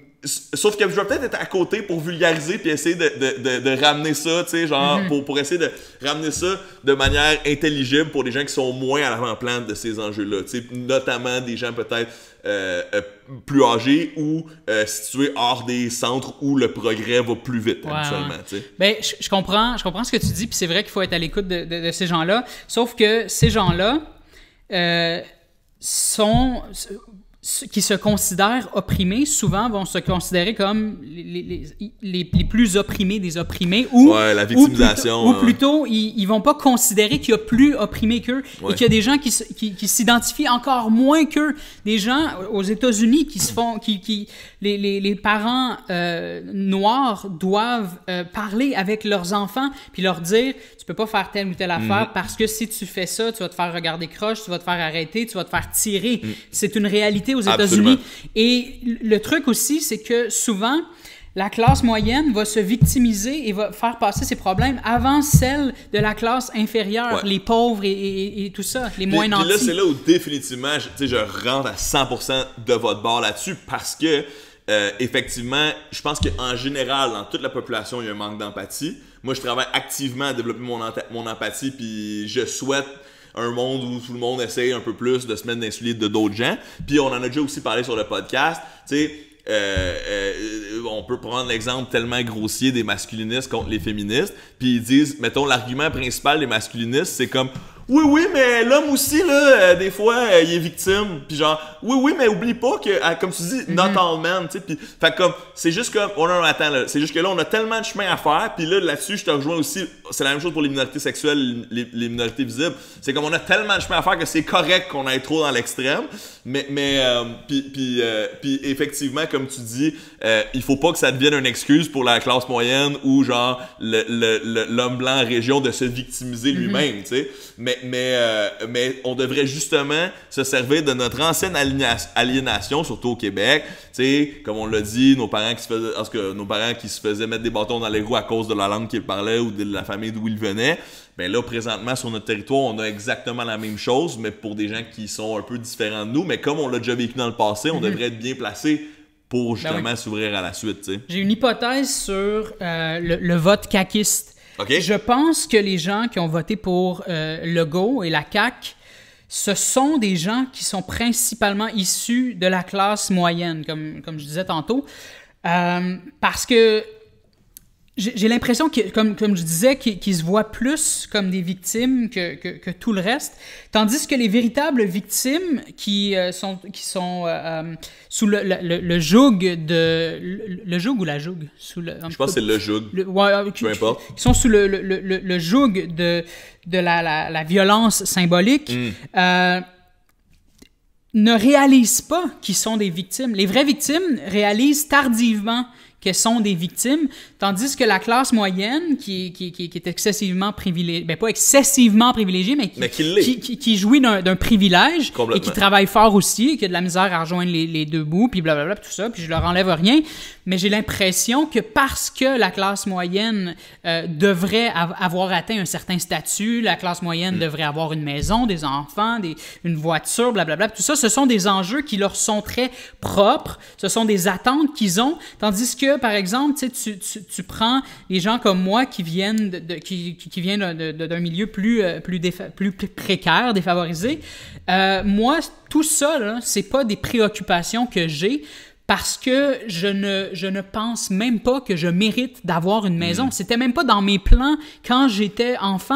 sauf que je vais peut-être être à côté pour vulgariser puis essayer de, de, de, de ramener ça, tu sais, genre, mm-hmm. pour, pour essayer de ramener ça de manière intelligible pour des gens qui sont moins à l'avant-plan de ces enjeux-là, tu sais, notamment des gens peut-être euh, euh, plus âgés ou euh, situés hors des centres où le progrès va plus vite, ouais, habituellement, ouais. tu sais. Ben, je, je comprends, je comprends ce que tu dis, puis c'est vrai qu'il faut être à l'écoute de, de, de ces gens-là, sauf que ces gens-là euh, sont... qui se considèrent opprimés, souvent vont se considérer comme les, les, les, les plus opprimés des opprimés, ou, ouais, la victimisation, ou plutôt, ou plutôt ils, ils vont pas considérer qu'il y a plus opprimés qu'eux, ouais. et qu'il y a des gens qui, qui, qui s'identifient encore moins qu'eux. Des gens aux États-Unis qui se font, qui, qui les, les, les parents euh, noirs doivent euh, parler avec leurs enfants puis leur dire tu peux pas faire telle ou telle affaire mm. parce que si tu fais ça, tu vas te faire regarder croche, tu vas te faire arrêter, tu vas te faire tirer. Mm. C'est une réalité aux États-Unis. Absolument. Et le truc aussi, c'est que souvent, la classe moyenne va se victimiser et va faire passer ses problèmes avant celle de la classe inférieure, ouais. les pauvres et, et, et tout ça, les moins nantis. Puis là, c'est là où définitivement, je, je rentre à cent pour cent de votre bord là-dessus parce que, euh, effectivement, je pense qu'en général, dans toute la population, il y a un manque d'empathie. Moi, je travaille activement à développer mon, mon empathie, puis je souhaite un monde où tout le monde essaye un peu plus de se mettre dans les souliers de d'autres gens. Puis on en a déjà aussi parlé sur le podcast. Tu sais, euh, euh, on peut prendre l'exemple tellement grossier des masculinistes contre les féministes. Puis ils disent, mettons, l'argument principal des masculinistes, c'est comme... Oui, oui, mais l'homme aussi, là, euh, des fois, euh, il est victime. Puis genre, oui, oui, mais oublie pas que, euh, comme tu dis, mm-hmm. not all men, tu sais. Puis, fait comme, c'est juste comme, oh non, non, attends, là, c'est juste que là, on a tellement de chemin à faire. Puis là, là-dessus, je te rejoins aussi, c'est la même chose pour les minorités sexuelles, les, les minorités visibles. C'est comme, on a tellement de chemin à faire que c'est correct qu'on aille trop dans l'extrême. Mais, mais, euh, puis, puis, euh, puis, effectivement, comme tu dis, euh, il faut pas que ça devienne une excuse pour la classe moyenne ou genre, le, le, le, l'homme blanc en région de se victimiser lui-même, mm-hmm. tu sais. Mais, mais, euh, mais on devrait justement se servir de notre ancienne aliénation, aliénation surtout au Québec. Tu sais, comme on l'a dit, nos parents qui se faisaient, parce que nos parents qui se faisaient mettre des bâtons dans les roues à cause de la langue qu'ils parlaient ou de la famille d'où ils venaient. Ben là, présentement, sur notre territoire, on a exactement la même chose, mais pour des gens qui sont un peu différents de nous. Mais comme on l'a déjà vécu dans le passé, on mm-hmm. devrait être bien placé pour justement ben oui. s'ouvrir à la suite. Tu sais. J'ai une hypothèse sur euh, le, le vote caquiste. Okay. Je pense que les gens qui ont voté pour euh, Legault et la C A Q, ce sont des gens qui sont principalement issus de la classe moyenne, comme, comme je disais tantôt. Euh, parce que j'ai, j'ai l'impression, que, comme, comme je disais, qu'ils, qu'ils se voient plus comme des victimes que, que, que tout le reste. Tandis que les véritables victimes qui euh, sont, qui sont euh, sous le, le, le joug de... Le, le joug ou la joug? Sous le, je pense que c'est le joug. Le, ouais, qui, peu importe. Qui sont sous le, le, le, le joug de, de la, la, la violence symbolique. Mm. Euh, ne réalisent pas qu'ils sont des victimes. Les vraies victimes réalisent tardivement qu'elles sont des victimes, tandis que la classe moyenne, qui, qui, qui, qui est excessivement privilégiée, ben pas excessivement privilégiée, mais qui, mais qui, qui, qui jouit d'un, d'un privilège et qui travaille fort aussi, et qui a de la misère à rejoindre les, les deux bouts, puis blablabla, tout ça, puis je leur enlève rien, mais j'ai l'impression que parce que la classe moyenne euh, devrait av- avoir atteint un certain statut, la classe moyenne mm. devrait avoir une maison, des enfants, des, une voiture, blablabla, tout ça, ce sont des enjeux qui leur sont très propres, ce sont des attentes qu'ils ont, tandis que par exemple, tu, tu, tu prends les gens comme moi qui viennent, de, de, qui, qui viennent de, de, d'un milieu plus, plus, défa- plus précaire, défavorisé. Euh, moi, tout ça, là, c'est pas des préoccupations que j'ai parce que je ne, je ne pense même pas que je mérite d'avoir une maison. Mmh. C'était même pas dans mes plans quand j'étais enfant.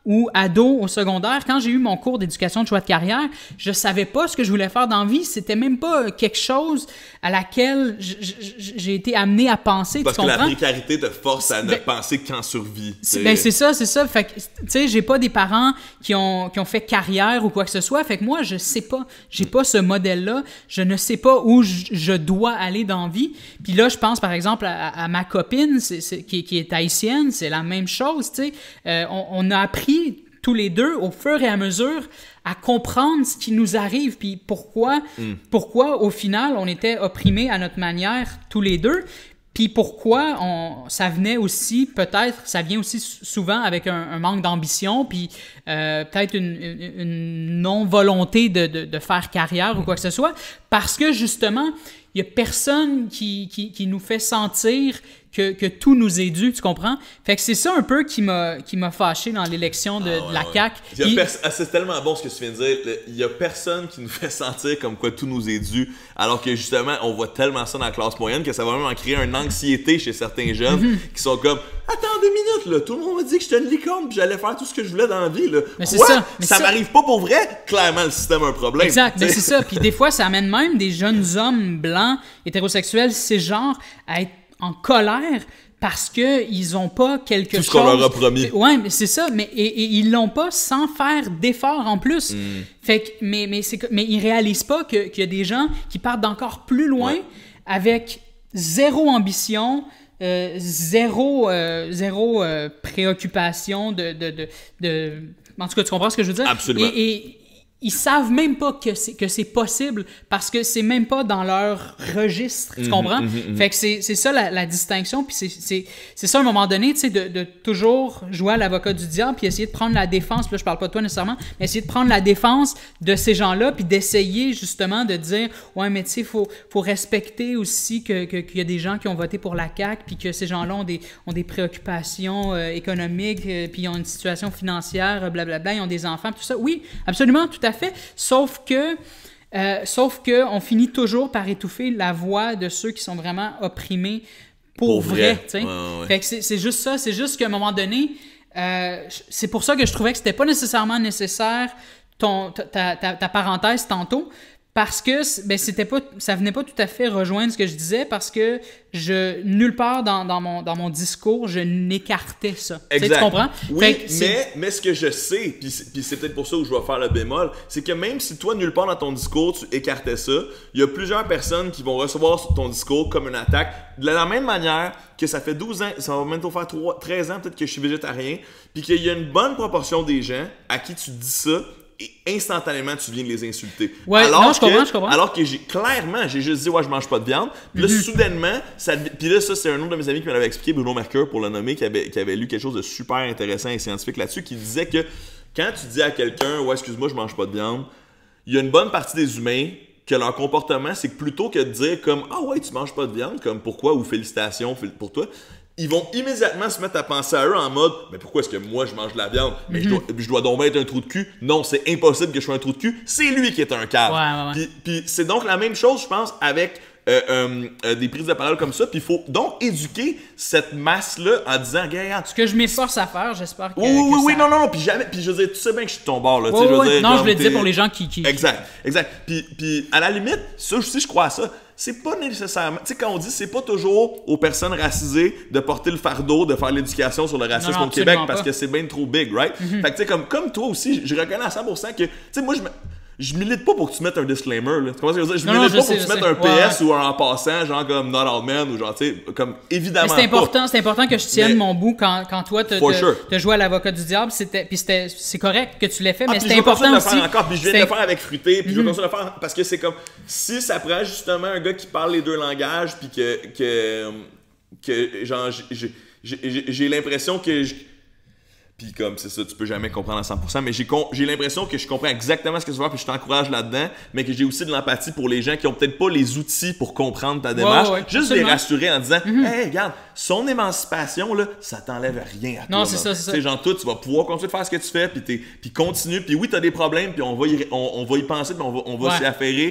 ou ado au secondaire, quand j'ai eu mon cours d'éducation de choix de carrière, je savais pas ce que je voulais faire dans la vie. C'était même pas quelque chose à laquelle j- j- j'ai été amené à penser. Parce tu que comprends? la précarité te force à ne ben, penser qu'en survie. C'est, ben c'est ça, c'est ça. Fait que, tu sais, j'ai pas des parents qui ont, qui ont fait carrière ou quoi que ce soit. Fait que moi, je sais pas. J'ai pas ce modèle-là. Je ne sais pas où je, je dois aller dans la vie. Puis là, je pense, par exemple, à, à ma copine c'est, c'est, qui, qui est haïtienne. C'est la même chose, tu sais. Euh, on, on a appris tous les deux, au fur et à mesure, à comprendre ce qui nous arrive, puis pourquoi, mm. pourquoi, au final, on était opprimés à notre manière, tous les deux, puis pourquoi on, ça venait aussi, peut-être, ça vient aussi souvent avec un, un manque d'ambition, puis euh, peut-être une, une, une non-volonté de, de, de faire carrière ou quoi que ce soit, parce que, justement, il n'y a personne qui, qui, qui nous fait sentir que, que tout nous est dû, tu comprends? Fait que c'est ça un peu qui m'a, qui m'a fâché dans l'élection de, ah ouais, de la ouais. C A Q. Il y a pers- ah, c'est tellement bon ce que tu viens de dire. Il n'y a personne qui nous fait sentir comme quoi tout nous est dû, alors que justement, on voit tellement ça dans la classe moyenne que ça va même en créer une anxiété chez certains jeunes mm-hmm. qui sont comme « Attends deux minutes, là, tout le monde m'a dit que j'étais une licorne puis j'allais faire tout ce que je voulais dans la vie. Là. Mais Quoi? C'est ça, mais ça ça m'arrive pas pour vrai? Clairement, le système a un problème. » Exact, mais c'est ça. Puis des fois, ça amène même des jeunes hommes blancs, hétérosexuels, cisgenres, à être en colère parce qu'ils n'ont pas quelque chose... Tout ce qu'on leur a promis. Oui, mais c'est ça. Mais, et, et ils l'ont pas sans faire d'efforts en plus. Mm. Fait que, mais, mais, c'est, mais ils réalisent pas que, qu'il y a des gens qui partent d'encore plus loin ouais. avec zéro ambition, euh, zéro, euh, zéro euh, préoccupation de, de, de, de... En tout cas, tu comprends ce que je veux dire? Absolument. Et, et, ils savent même pas que c'est, que c'est possible parce que c'est même pas dans leur registre, tu mm-hmm, comprends? Mm-hmm. Fait que c'est, c'est ça la, la distinction, puis c'est, c'est, c'est ça à un moment donné, tu sais, de, de toujours jouer à l'avocat du diable puis essayer de prendre la défense, puis là je parle pas de toi nécessairement, mais essayer de prendre la défense de ces gens-là puis d'essayer justement de dire, ouais, mais tu sais, faut, faut respecter aussi que, que, qu'il y a des gens qui ont voté pour la C A Q puis que ces gens-là ont des, ont des préoccupations euh, économiques euh, puis ils ont une situation financière, blablabla, ils ont des enfants, tout ça. Oui, absolument, tout à fait. Fait, sauf que, euh, sauf que on finit toujours par étouffer la voix de ceux qui sont vraiment opprimés pour, pour vrai. vrai ouais, ouais. Fait que c'est, c'est juste ça. C'est juste qu'à un moment donné, euh, c'est pour ça que je trouvais que c'était pas nécessairement nécessaire ton, ta, ta, ta parenthèse tantôt. Parce que ben, c'était pas, ça venait pas tout à fait rejoindre ce que je disais parce que je nulle part dans, dans, mon, dans mon discours, je n'écartais ça. Exact. Tu comprends? Oui, mais, mais ce que je sais, puis c'est, puis c'est peut-être pour ça où je vais faire le bémol, c'est que même si toi, nulle part dans ton discours, tu écartais ça, il y a plusieurs personnes qui vont recevoir ton discours comme une attaque. De la même manière que ça fait douze ans, ça va bientôt faire treize ans peut-être que je suis végétarien, puis qu'il y a une bonne proportion des gens à qui tu dis ça, et instantanément, tu viens de les insulter. Ouais, alors non, je que, comprends, je comprends. Alors que j'ai, clairement, j'ai juste dit, ouais, je mange pas de viande. Puis là, mm-hmm. soudainement, ça, puis là, ça, c'est un autre de mes amis qui me l'avait expliqué, Bruno Mercure, pour le nommer, qui avait, qui avait lu quelque chose de super intéressant et scientifique là-dessus, qui disait que quand tu dis à quelqu'un, ouais, excuse-moi, je mange pas de viande, il y a une bonne partie des humains que leur comportement, c'est que plutôt que de dire comme, ah ouais, tu manges pas de viande, comme pourquoi, ou félicitations pour toi, ils vont immédiatement se mettre à penser à eux en mode « Mais pourquoi est-ce que moi, je mange de la viande? Mais mm-hmm. je, dois, je dois donc être un trou de cul. Non, c'est impossible que je sois un trou de cul. C'est lui qui est un cave. Ouais, ouais, ouais. » Puis, puis c'est donc la même chose, je pense, avec euh, euh, euh, des prises de parole comme ça. Puis il faut donc éduquer cette masse-là en disant « Regarde... » Ce que je m'efforce à faire, j'espère que... Oui, oui, que oui, ça... non, non, non. Puis jamais... Puis je veux dire, tu sais bien que je suis de ton bord, là. Oui, je veux oui, dire, non, je le t'es... dis pour les gens qui... qui... Exact, exact. Puis, puis à la limite, ça aussi, je crois à ça. C'est pas nécessairement... Tu sais, quand on dit, c'est pas toujours aux personnes racisées de porter le fardeau, de faire l'éducation sur le racisme non, non, au Québec, parce pas. que c'est bien trop big, right? Mm-hmm. Fait que tu sais, comme, comme toi aussi, je reconnais à cent pour cent que... Tu sais, moi, je me... Je milite pas pour que tu mettes un disclaimer, là. Tu comprends ce que je veux dire? Je non, milite non, je pas sais, pour que tu mettes un P S ouais, ouais. ou un en passant, genre comme not all men, ou genre, tu sais, comme évidemment. Mais c'est important, pas. c'est important que je tienne mais, mon bout quand, quand toi, tu sure. joué à l'avocat du diable. C'était, puis c'était, c'est correct que tu l'aies fait, ah, mais c'était important de aussi. Le faire encore, puis je viens de le faire avec Fruité, puis mm-hmm. je vais continuer de le faire parce que c'est comme, si ça prend justement un gars qui parle les deux langages, puis que, que, que genre, j'ai, j'ai, j'ai l'impression que. Je, Puis comme, c'est ça, tu peux jamais comprendre à cent pour cent, mais j'ai, con- j'ai l'impression que je comprends exactement ce que tu veux faire, puis je t'encourage là-dedans, mais que j'ai aussi de l'empathie pour les gens qui ont peut-être pas les outils pour comprendre ta démarche. Ouais, ouais, juste absolument. Les rassurer en disant, mm-hmm. hey, regarde, son émancipation, là, ça t'enlève rien à toi. Non, c'est ça, c'est ça. Tu sais, genre, toi, tu vas pouvoir continuer de faire ce que tu fais, puis, puis continue, puis oui, t'as des problèmes, puis on va y, on, on va y penser, puis on va, on va ouais. s'y affairer.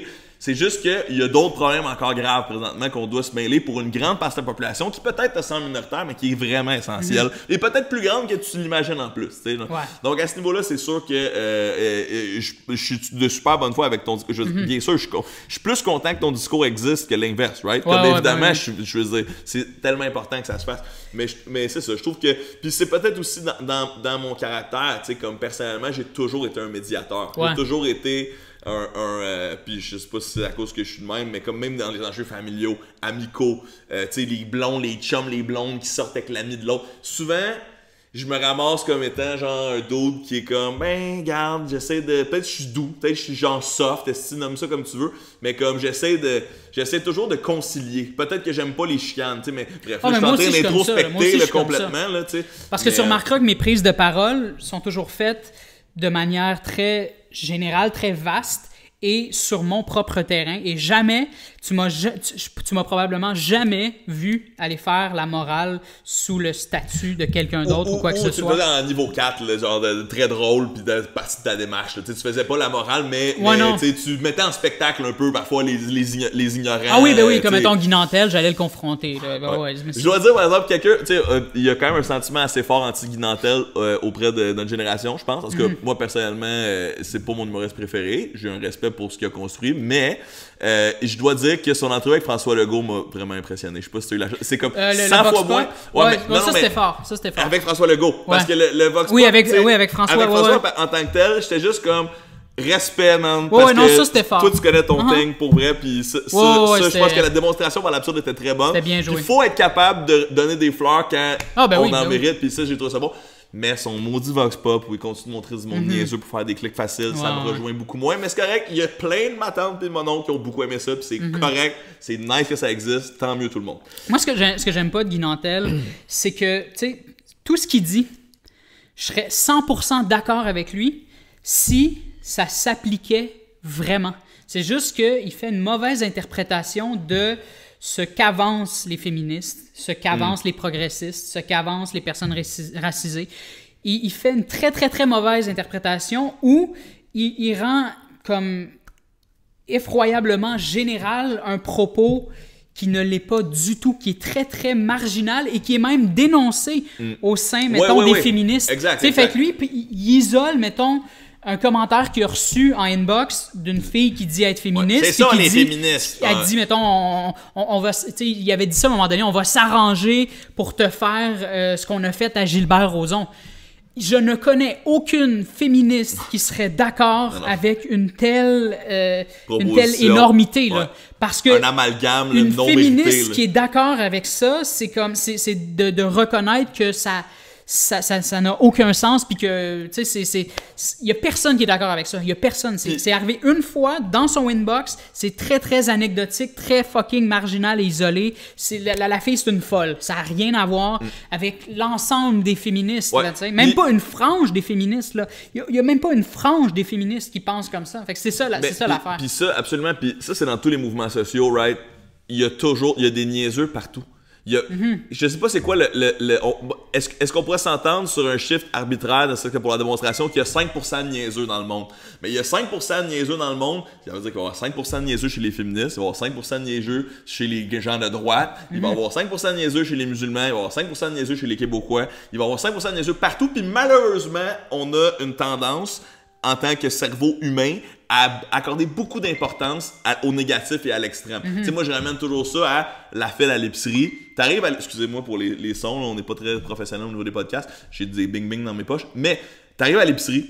C'est juste qu'il y a d'autres problèmes encore graves présentement qu'on doit se mêler pour une grande partie de la population qui peut-être te semble minoritaire, mais qui est vraiment essentielle. Mm-hmm. Et peut-être plus grande que tu l'imagines en plus. Ouais. Donc à ce niveau-là, c'est sûr que euh, euh, je, je suis de super bonne foi avec ton discours. Mm-hmm. Bien sûr, je, je suis plus content que ton discours existe que l'inverse, right? Comme ouais, évidemment, ouais, ben, je, je veux dire, c'est tellement important que ça se fasse. Mais, mais c'est ça, je trouve que... Puis c'est peut-être aussi dans, dans, dans mon caractère, tu sais, comme personnellement, j'ai toujours été un médiateur. Ouais. J'ai toujours été un... un euh, puis je sais pas si c'est à cause que je suis de même, mais comme même dans les enjeux familiaux, amicaux, euh, tu sais, les blonds, les chums, les blondes qui sortent avec l'ami de l'autre. Souvent... je me ramasse comme étant genre un dude qui est comme ben garde, j'essaie de peut-être je suis doux, peut-être je suis genre soft, si tu nommes ça comme tu veux, mais comme j'essaie de j'essaie toujours de concilier. Peut-être que j'aime pas les chicanes, tu sais, mais bref, oh, là, je suis en train d'introspecter là, complètement là, tu sais. Parce que mais, tu remarqueras que mes prises de parole sont toujours faites de manière très générale, très vaste et sur mon propre terrain, et jamais tu m'as tu, tu m'as probablement jamais vu aller faire la morale sous le statut de quelqu'un d'autre ou, ou quoi ou, que ce tu soit. Tu le faisais en niveau quatre, là, genre de, de très drôle puis de partie de ta démarche. Là. Tu faisais pas la morale, mais, ouais, mais tu mettais en spectacle un peu parfois les, les, les ignorants. Ah oui, ben oui, comme mettons Guy Nantel, j'allais le confronter. Là. Ben, ouais. Ouais, je, je dois dire par exemple quelqu'un, tu sais, il euh, y a quand même un sentiment assez fort anti-Guy Nantel euh, auprès de notre génération, je pense. Parce que mm-hmm. moi personnellement, euh, c'est pas mon humoriste préféré. J'ai un respect pour ce qu'il a construit, mais euh, je dois dire que son entrevue avec François Legault m'a vraiment impressionné. Je sais pas si tu as eu la chance. C'est comme euh, le, cent le fois moins. Ouais, ouais, mais, non, ça non, c'était fort. Ça c'était fort. Avec François Legault. Ouais. Parce que le, le Vox oui, avec, oui, avec François. Avec François, ouais. en tant que tel, j'étais juste comme respect, man. Ouais, parce ouais, non, que ça c'était fort. Toi, tu connais ton uh-huh. thing pour vrai. Puis ça, ça, ouais, ouais, ça je pense que la démonstration par l'absurde était très bonne. C'était bien joué. Il faut être capable de donner des fleurs quand ah, ben on oui, en ben mérite. Oui. Puis ça, j'ai trouvé ça bon. Mais son maudit Vox Pop où il continue de montrer du monde mm-hmm. niaiseux pour faire des clics faciles, ouais, ça me rejoint ouais. beaucoup moins. Mais c'est correct, il y a plein de ma tante et de mon oncle qui ont beaucoup aimé ça, puis c'est mm-hmm. correct, c'est nice que ça existe, tant mieux tout le monde. Moi, ce que j'aime, ce que j'aime pas de Guy Nantel, c'est que, tu sais, tout ce qu'il dit, je serais cent pour cent d'accord avec lui si ça s'appliquait vraiment. C'est juste qu'il fait une mauvaise interprétation de ce qu'avancent les féministes, ce qu'avancent mm. les progressistes, ce qu'avancent les personnes raci- racisées. Il, il fait une très, très, très mauvaise interprétation où il, il rend comme effroyablement général un propos qui ne l'est pas du tout, qui est très, très marginal et qui est même dénoncé mm. au sein, mettons, ouais, ouais, des ouais. féministes. Exact, exact. Fait que lui, puis, il isole, mettons, un commentaire qu'il a reçu en inbox d'une fille qui dit être féministe. Ouais, c'est ça, les dit, féministes. Elle ouais. dit, mettons, on, on, on va, tu sais, il avait dit ça à un moment donné, on va s'arranger pour te faire euh, ce qu'on a fait à Gilbert Rozon. Je ne connais aucune féministe qui serait d'accord non, non. avec une telle, euh, une telle énormité. Là. Ouais. Parce que un amalgame, le une non féministe mérité, qui est d'accord avec ça, c'est comme c'est, c'est de, de reconnaître que ça... Ça, ça, ça n'a aucun sens, puis que, tu sais, c'est, c'est, il y a personne qui est d'accord avec ça. Il y a personne. C'est, c'est arrivé une fois dans son inbox. C'est très, très anecdotique, très fucking marginal et isolé. C'est, la, la, la fille, c'est une folle. Ça n'a rien à voir mm. avec l'ensemble des féministes. Ouais. Là, même puis, pas une frange des féministes. Là. Il n'y a, a même pas une frange des féministes qui pensent comme ça. Fait que c'est ça, la, c'est ça puis, l'affaire. Puis ça, absolument. Puis ça, c'est dans tous les mouvements sociaux, right? Il y a toujours, il y a des niaiseux partout. Il y a, mm-hmm. Je sais pas c'est quoi le... le, le on, est-ce, est-ce qu'on pourrait s'entendre sur un chiffre arbitraire de ça pour la démonstration qu'il y a cinq pour cent de niaiseux dans le monde. Mais il y a cinq pour cent de niaiseux dans le monde, ça veut dire qu'il va y avoir cinq pour cent de niaiseux chez les féministes, il va y avoir cinq pour cent de niaiseux chez les gens de droite, mm-hmm. il va y avoir cinq pour cent de niaiseux chez les musulmans, il va y avoir cinq pour cent de niaiseux chez les Québécois, il va y avoir cinq pour cent de niaiseux partout, puis malheureusement, on a une tendance en tant que cerveau humain à accorder beaucoup d'importance à, au négatif et à l'extrême. Mm-hmm. Tu sais, moi, je ramène toujours ça à la file à l'épicerie. T'arrives à... Excusez-moi pour les, les sons, là, on n'est pas très professionnel au niveau des podcasts. J'ai des bing-bing dans mes poches. Mais t'arrives à l'épicerie,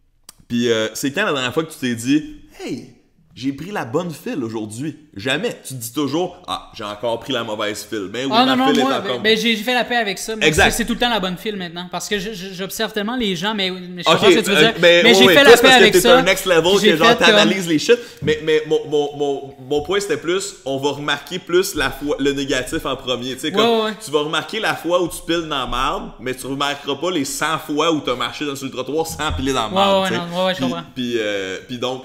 puis euh, c'est quand la dernière fois que tu t'es dit « Hey, j'ai pris la bonne file aujourd'hui. » Jamais. Tu te dis toujours « Ah, j'ai encore pris la mauvaise file. » Ben oui, ah, ma non, file non, moi, est encore... Ben, ben, j'ai fait la paix avec ça. Mais exact. C'est, c'est tout le temps la bonne file maintenant. Parce que je, je, j'observe tellement les gens, mais, mais je sais okay, pas ce que tu veux dire. Euh, ben, mais oh, j'ai oui, fait la paix avec ça. C'est un next level que genre t'analyses comme... les shit. Mais, mais mon, mon, mon, mon point, c'était plus, on va remarquer plus la fois, le négatif en premier. Tu sais, comme ouais, ouais. tu vas remarquer la fois où tu piles dans la marde, mais tu remarqueras pas les cent fois où tu as marché dans, sur le trottoir sans piler dans la marde. Ouais, ouais, non, ouais, ouais, je comprends. Puis, euh, puis donc...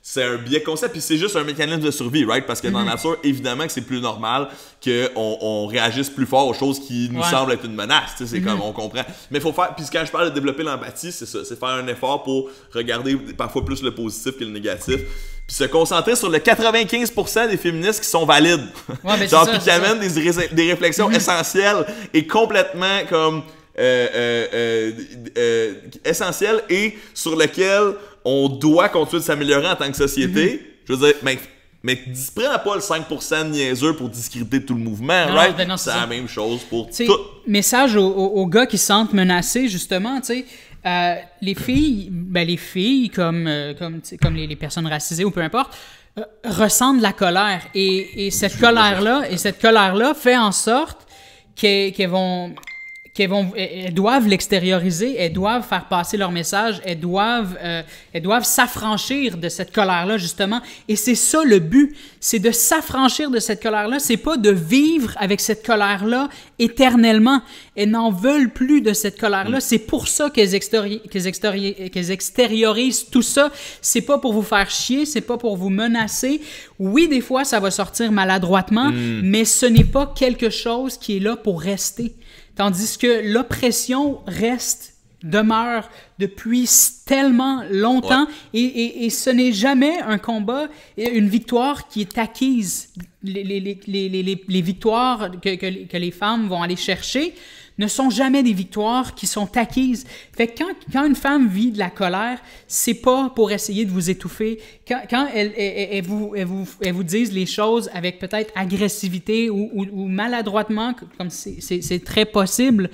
c'est un biais concept, puis c'est juste un mécanisme de survie, right? Parce que mm-hmm. dans la nature, évidemment que c'est plus normal qu'on on réagisse plus fort aux choses qui nous ouais. semblent être une menace, tu sais, c'est mm-hmm. comme, on comprend. Mais il faut faire, puis quand je parle de développer l'empathie, c'est ça, c'est faire un effort pour regarder parfois plus le positif que le négatif, puis se concentrer sur le quatre-vingt-quinze pour cent des féministes qui sont valides. Ouais, mais genre, puis qui amènent des, ré- des réflexions mm-hmm. essentielles et complètement comme... Euh, euh, euh, euh, essentielles et sur lesquelles on doit continuer de s'améliorer en tant que société. Mm-hmm. Je veux dire, mais, mais prends pas le cinq pour cent de niaiseux pour discréditer tout le mouvement, non, right? Ben non, c'est, c'est la même chose pour t'sais, tout. Message aux, aux, aux gars qui se sentent menacés, justement, tu sais. Euh, les filles, ben les filles, comme, euh, comme, comme les, les personnes racisées ou peu importe, euh, ressentent de la colère. Et, et cette colère-là, et cette colère-là fait en sorte qu'elles, qu'elles vont... qu'elles vont, elles doivent l'extérioriser, elles doivent faire passer leur message, elles doivent, euh, elles doivent s'affranchir de cette colère-là, justement. Et c'est ça le but, c'est de s'affranchir de cette colère-là, c'est pas de vivre avec cette colère-là éternellement. Elles n'en veulent plus de cette colère-là, mm. c'est pour ça qu'elles, extéri- qu'elles, extéri- qu'elles extériorisent tout ça. C'est pas pour vous faire chier, c'est pas pour vous menacer. Oui, des fois, ça va sortir maladroitement, mm. mais ce n'est pas quelque chose qui est là pour rester. Tandis que l'oppression reste, demeure depuis tellement longtemps ouais. et, et, et ce n'est jamais un combat, une victoire qui est acquise. Les, les, les, les, les, les victoires que, que, que les femmes vont aller chercher ne sont jamais des victoires qui sont acquises. Fait que quand, quand une femme vit de la colère, c'est pas pour essayer de vous étouffer. Quand, quand elle, elle, elle, vous, elle, vous, elle vous dise les choses avec peut-être agressivité ou, ou, ou maladroitement, comme c'est, c'est, c'est très possible,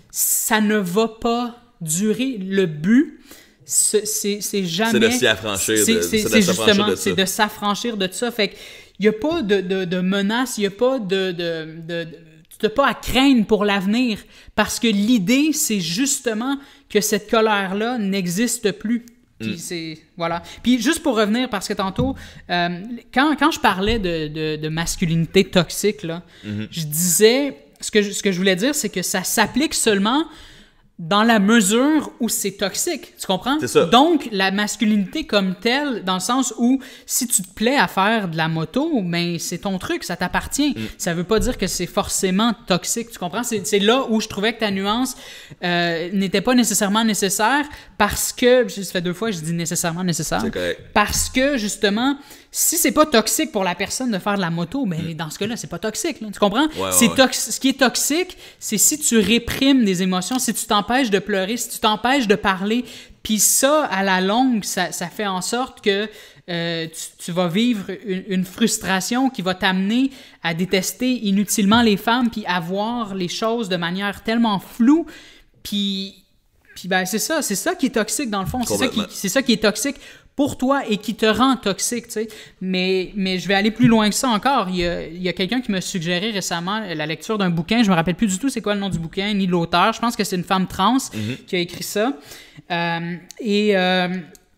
ça ne va pas durer. Le but, c'est, c'est, c'est jamais... C'est de s'y affranchir. C'est, de, c'est, c'est, c'est de justement, de c'est de s'affranchir de ça. Fait que il n'y a pas de, de, de menace, il n'y a pas de... de, de, de tu n'as pas à craindre pour l'avenir, parce que l'idée, c'est justement que cette colère-là n'existe plus. Puis mm. c'est... Voilà. Puis juste pour revenir, parce que tantôt, euh, quand, quand je parlais de, de, de masculinité toxique, là, mm-hmm. je disais... Ce que, je, ce que je voulais dire, c'est que ça s'applique seulement dans la mesure où c'est toxique, tu comprends? C'est ça. Donc, la masculinité comme telle, dans le sens où si tu te plais à faire de la moto, ben c'est ton truc, ça t'appartient. Mm. Ça veut pas dire que c'est forcément toxique, tu comprends? C'est, c'est là où je trouvais que ta nuance euh, n'était pas nécessairement nécessaire parce que, ça fait deux fois que je dis nécessairement nécessaire, c'est correct. Parce que justement, si c'est pas toxique pour la personne de faire de la moto, ben mm. dans ce cas-là, c'est pas toxique, là, tu comprends? Ouais, c'est ouais, tox- ce qui est toxique, c'est si tu réprimes des émotions, si tu t'empêches de pleurer, si tu t'empêches de parler, puis ça, à la longue, ça, ça fait en sorte que euh, tu, tu vas vivre une, une frustration qui va t'amener à détester inutilement les femmes, puis à voir les choses de manière tellement floue, puis, puis ben c'est ça, c'est ça qui est toxique dans le fond, c'est ça qui, c'est ça qui est toxique pour toi et qui te rend toxique, tu sais. Mais, mais je vais aller plus loin que ça encore. Il y a, il y a quelqu'un qui m'a suggéré récemment la lecture d'un bouquin. Je me rappelle plus du tout c'est quoi le nom du bouquin, ni l'auteur. Je pense que c'est une femme trans mm-hmm. qui a écrit ça. Euh, et, euh,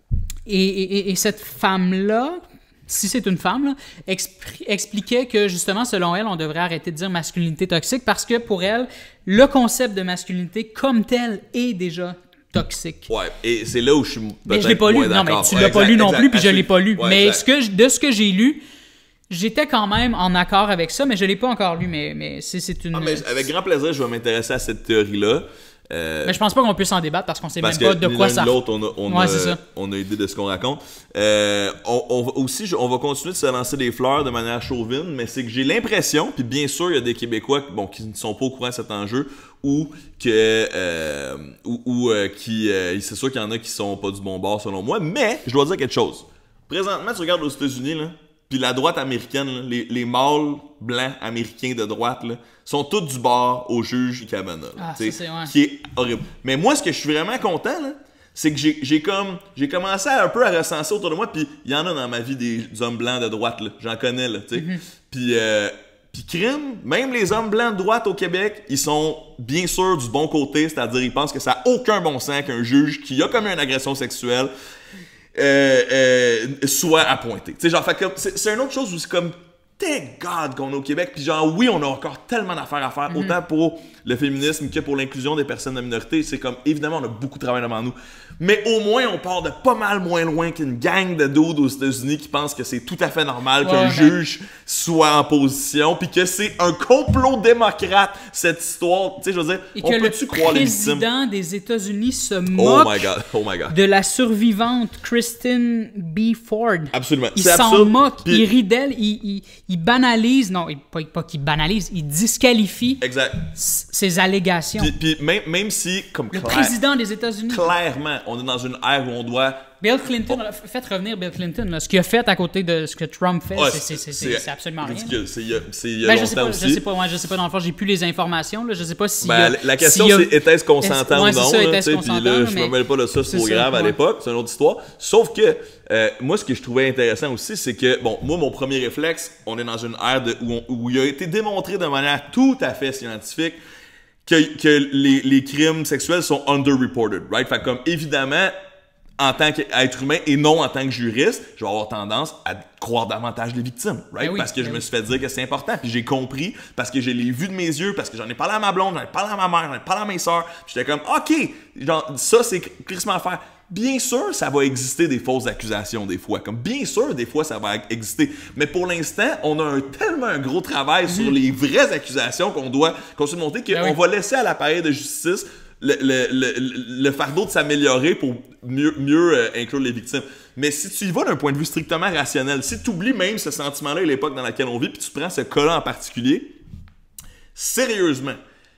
et, et, et cette femme-là, si c'est une femme, là, expri- expliquait que justement, selon elle, on devrait arrêter de dire masculinité toxique parce que pour elle, le concept de masculinité comme tel est déjà toxique. Ouais, et c'est là où je suis peut-être mais je l'ai pas lu. Non, mais tu ouais, l'as exact, pas lu non exact, plus, puis je l'ai pas lu. Ouais, mais ce que je, de ce que j'ai lu, j'étais quand même en accord avec ça, mais je l'ai pas encore lu. Mais, mais c'est, c'est une. Ah, mais avec grand plaisir, je vais m'intéresser à cette théorie-là. Euh, mais je pense pas qu'on puisse en débattre parce qu'on sait parce même pas de quoi ça. Parce que l'autre, on a, on, ouais, a, on a idée de ce qu'on raconte. Euh, on, on va aussi, on va continuer de se lancer des fleurs de manière chauvine, mais c'est que j'ai l'impression, puis bien sûr, il y a des Québécois bon, qui ne sont pas au courant de cet enjeu, ou que, euh, ou, ou euh, qui, euh, c'est sûr qu'il y en a qui sont pas du bon bord selon moi, mais je dois dire quelque chose. Présentement, tu regardes aux États-Unis, là, puis la droite américaine, là, les, les mâles blancs américains de droite, là, sont tous du bord au juge Kavanaugh. Ah, ça, c'est, ouais. Qui est horrible. Mais moi, ce que je suis vraiment content, là, c'est que j'ai, j'ai comme j'ai commencé à un peu à recenser autour de moi, puis il y en a dans ma vie des, des hommes blancs de droite, là. J'en connais, là, tu sais. Mm-hmm. Puis, euh, puis crime, même les hommes blancs de droite au Québec, ils sont bien sûr du bon côté, c'est-à-dire ils pensent que ça n'a aucun bon sens qu'un juge qui a commis une agression sexuelle euh, euh, soit appointé. Tu sais, genre, fait que c'est, c'est une autre chose où c'est comme thank God qu'on est au Québec, puis genre oui, on a encore tellement d'affaires à faire, mm-hmm. autant pour le féminisme que pour l'inclusion des personnes de minorité. C'est comme, évidemment, on a beaucoup de travail devant nous. Mais au moins, on part de pas mal moins loin qu'une gang de dudes aux États-Unis qui pensent que c'est tout à fait normal ouais, qu'un ouais. juge soit en position, puis que c'est un complot démocrate, cette histoire. Tu sais, je veux dire, et on peut-tu croire les victimes? Le président des États-Unis se moque oh my God. Oh my God. de la survivante Kristen B. Ford. Absolument. Il c'est s'en absurde. moque, Puis... il rit d'elle, il, il, il banalise, non, pas, pas qu'il banalise, il disqualifie exact. ses allégations. Puis, puis même, même si, comme le clair, président des États-Unis. Clairement, on est dans une ère où on doit... Bill Clinton, oh. faites revenir Bill Clinton. Là. Ce qu'il a fait à côté de ce que Trump fait, ouais, c'est, c'est, c'est, c'est absolument ridicule. rien. C'est il y a, c'est il y a ben, longtemps je sais pas, aussi. Je sais pas, moi, je sais pas dans le fond, j'ai plus les informations. Là. Je sais pas si. Ben, la question, si c'est a... était-ce qu'on s'entend ou non? Puis là, je me mêle pas de ça, c'est trop grave à l'époque. C'est une autre histoire. Sauf que, euh, moi, ce que je trouvais intéressant aussi, c'est que, bon, moi, mon premier réflexe, on est dans une ère de, où, on, où il a été démontré de manière tout à fait scientifique que, que les, les crimes sexuels sont underreported, right? Fait comme, évidemment, en tant qu'être humain et non en tant que juriste, je vais avoir tendance à croire davantage les victimes, right? Ben oui, parce que ben je oui. me suis fait dire que c'est important, puis j'ai compris, parce que je l'ai vu de mes yeux, parce que j'en ai parlé à ma blonde, j'en ai parlé à ma mère, j'en ai parlé à mes sœurs, puis j'étais comme, OK, genre, ça, c'est crissement à faire. Bien sûr, ça va exister des fausses accusations des fois. Comme bien sûr, des fois, ça va exister. Mais pour l'instant, on a un, tellement un gros travail mm-hmm. sur les vraies accusations qu'on doit continuer de monter qu'on ben oui. va laisser à l'appareil de justice Le, le, le, le fardeau de s'améliorer pour mieux, mieux euh, inclure les victimes. Mais si tu y vas d'un point de vue strictement rationnel, si tu oublies même ce sentiment-là et l'époque dans laquelle on vit, puis tu prends ce cas-là en particulier, sérieusement,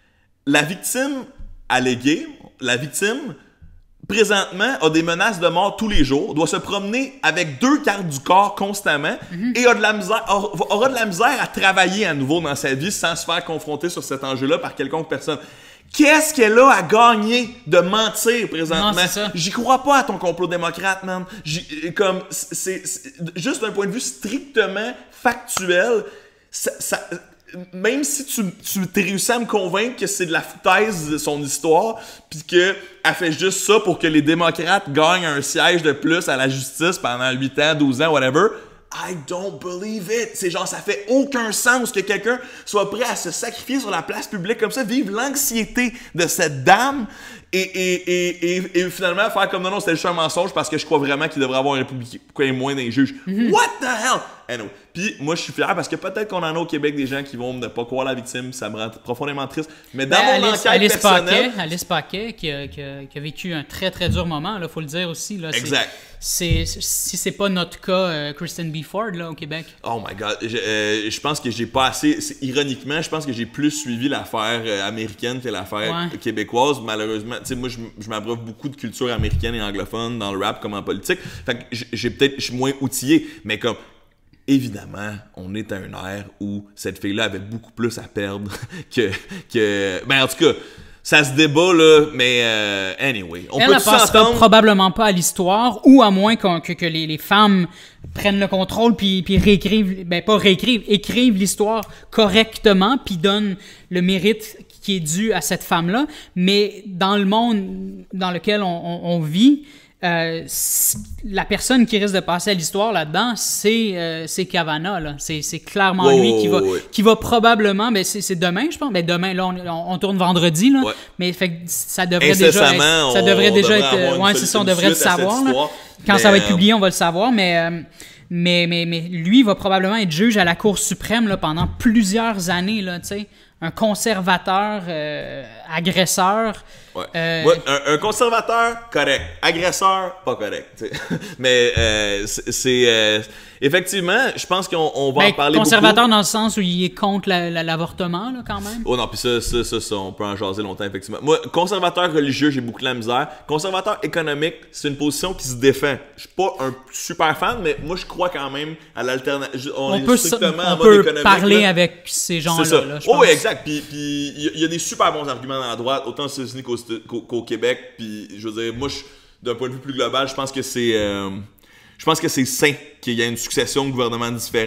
la victime alléguée, la victime, présentement, a des menaces de mort tous les jours, doit se promener avec deux cartes du corps constamment mm-hmm. et a de la misère, aura, aura de la misère à travailler à nouveau dans sa vie sans se faire confronter sur cet enjeu-là par quelconque personne. Qu'est-ce qu'elle a à gagner de mentir présentement? Non, j'y crois pas à ton complot démocrate, man. J'y, comme, c'est, c'est, juste d'un point de vue strictement factuel, ça, ça, même si tu, tu t'es réussi à me convaincre que c'est de la foutaise de son histoire, pis qu'elle fait juste ça pour que les démocrates gagnent un siège de plus à la justice pendant huit ans, douze ans, whatever, I don't believe it. C'est genre, ça fait aucun sens que quelqu'un soit prêt à se sacrifier sur la place publique comme ça, vivre l'anxiété de cette dame et, et, et, et, et finalement faire comme non, non, c'était juste un mensonge parce que je crois vraiment qu'il devrait avoir un républicain moins d'un juge. Mm-hmm. What the hell? Anyway. Puis moi, je suis fier parce que peut-être qu'on en a au Québec des gens qui vont ne pas croire la victime, ça me rend profondément triste. Mais dans ben, mon Alice, enquête Alice personnelle... Paquet, Alice Paquet qui a, qui, a, qui a vécu un très très dur moment, il faut le dire aussi. Là, exact. C'est, c'est, si c'est pas notre cas, euh, Kristen B. Ford là, au Québec. Oh my God. Je, euh, je pense que j'ai pas assez... Ironiquement, je pense que j'ai plus suivi l'affaire euh, américaine que l'affaire ouais. québécoise. Malheureusement, tu sais, moi, je, je m'abreuve beaucoup de culture américaine et anglophone dans le rap comme en politique. Fait que j'ai peut-être... Je suis moins outillé, mais comme... Évidemment, on est à une ère où cette fille-là avait beaucoup plus à perdre que... que... Ben, en tout cas... Ça se débat, là, mais euh, anyway. On elle peut ne passera probablement pas à l'histoire, ou à moins qu'on, que, que les, les femmes prennent le contrôle puis, puis réécrivent, ben pas réécrivent, écrivent l'histoire correctement puis donnent le mérite qui est dû à cette femme-là. Mais dans le monde dans lequel on, on, on vit, euh, la personne qui risque de passer à l'histoire là-dedans, c'est, euh, c'est Kavanaugh. Là. C'est, c'est clairement oh, lui qui va, oh, oh. qui va probablement... Ben c'est, c'est demain, je pense. Ben demain, là, on, on, on tourne vendredi. Là, ouais. Mais fait, ça devrait déjà être... Ça devrait déjà être... Ouais, c'est ça, on devrait le savoir. Là. Quand mais ça va être publié, on va le savoir. Mais, euh, mais, mais, mais lui va probablement être juge à la Cour suprême là, pendant plusieurs années. Là, tu sais. Un conservateur euh, agresseur. Ouais. Euh... Ouais, un, un conservateur, correct. Agresseur, pas correct. T'sais. Mais euh, c'est... c'est euh, effectivement, je pense qu'on on va ben, en parler conservateur beaucoup. Dans le sens où il est contre la, la, l'avortement, là, quand même. Oh non, puis ça, ça, ça, ça, on peut en jaser longtemps, effectivement. Moi, conservateur religieux, j'ai beaucoup de la misère. Conservateur économique, c'est une position qui se défend. Je suis pas un super fan, mais moi, je crois quand même à l'alternative. On, on est peut, strictement on en peut mode économique. parler là. Avec ces gens-là. C'est ça. Là, je oh, pense. Oui, exact. Puis il y, y a des super bons arguments dans la droite, autant aux États-Unis qu'au, qu'au, qu'au Québec. Puis je veux dire, moi, je, d'un point de vue plus global, je pense que c'est... Euh, Je pense que c'est sain qu'il y ait une succession de gouvernements différents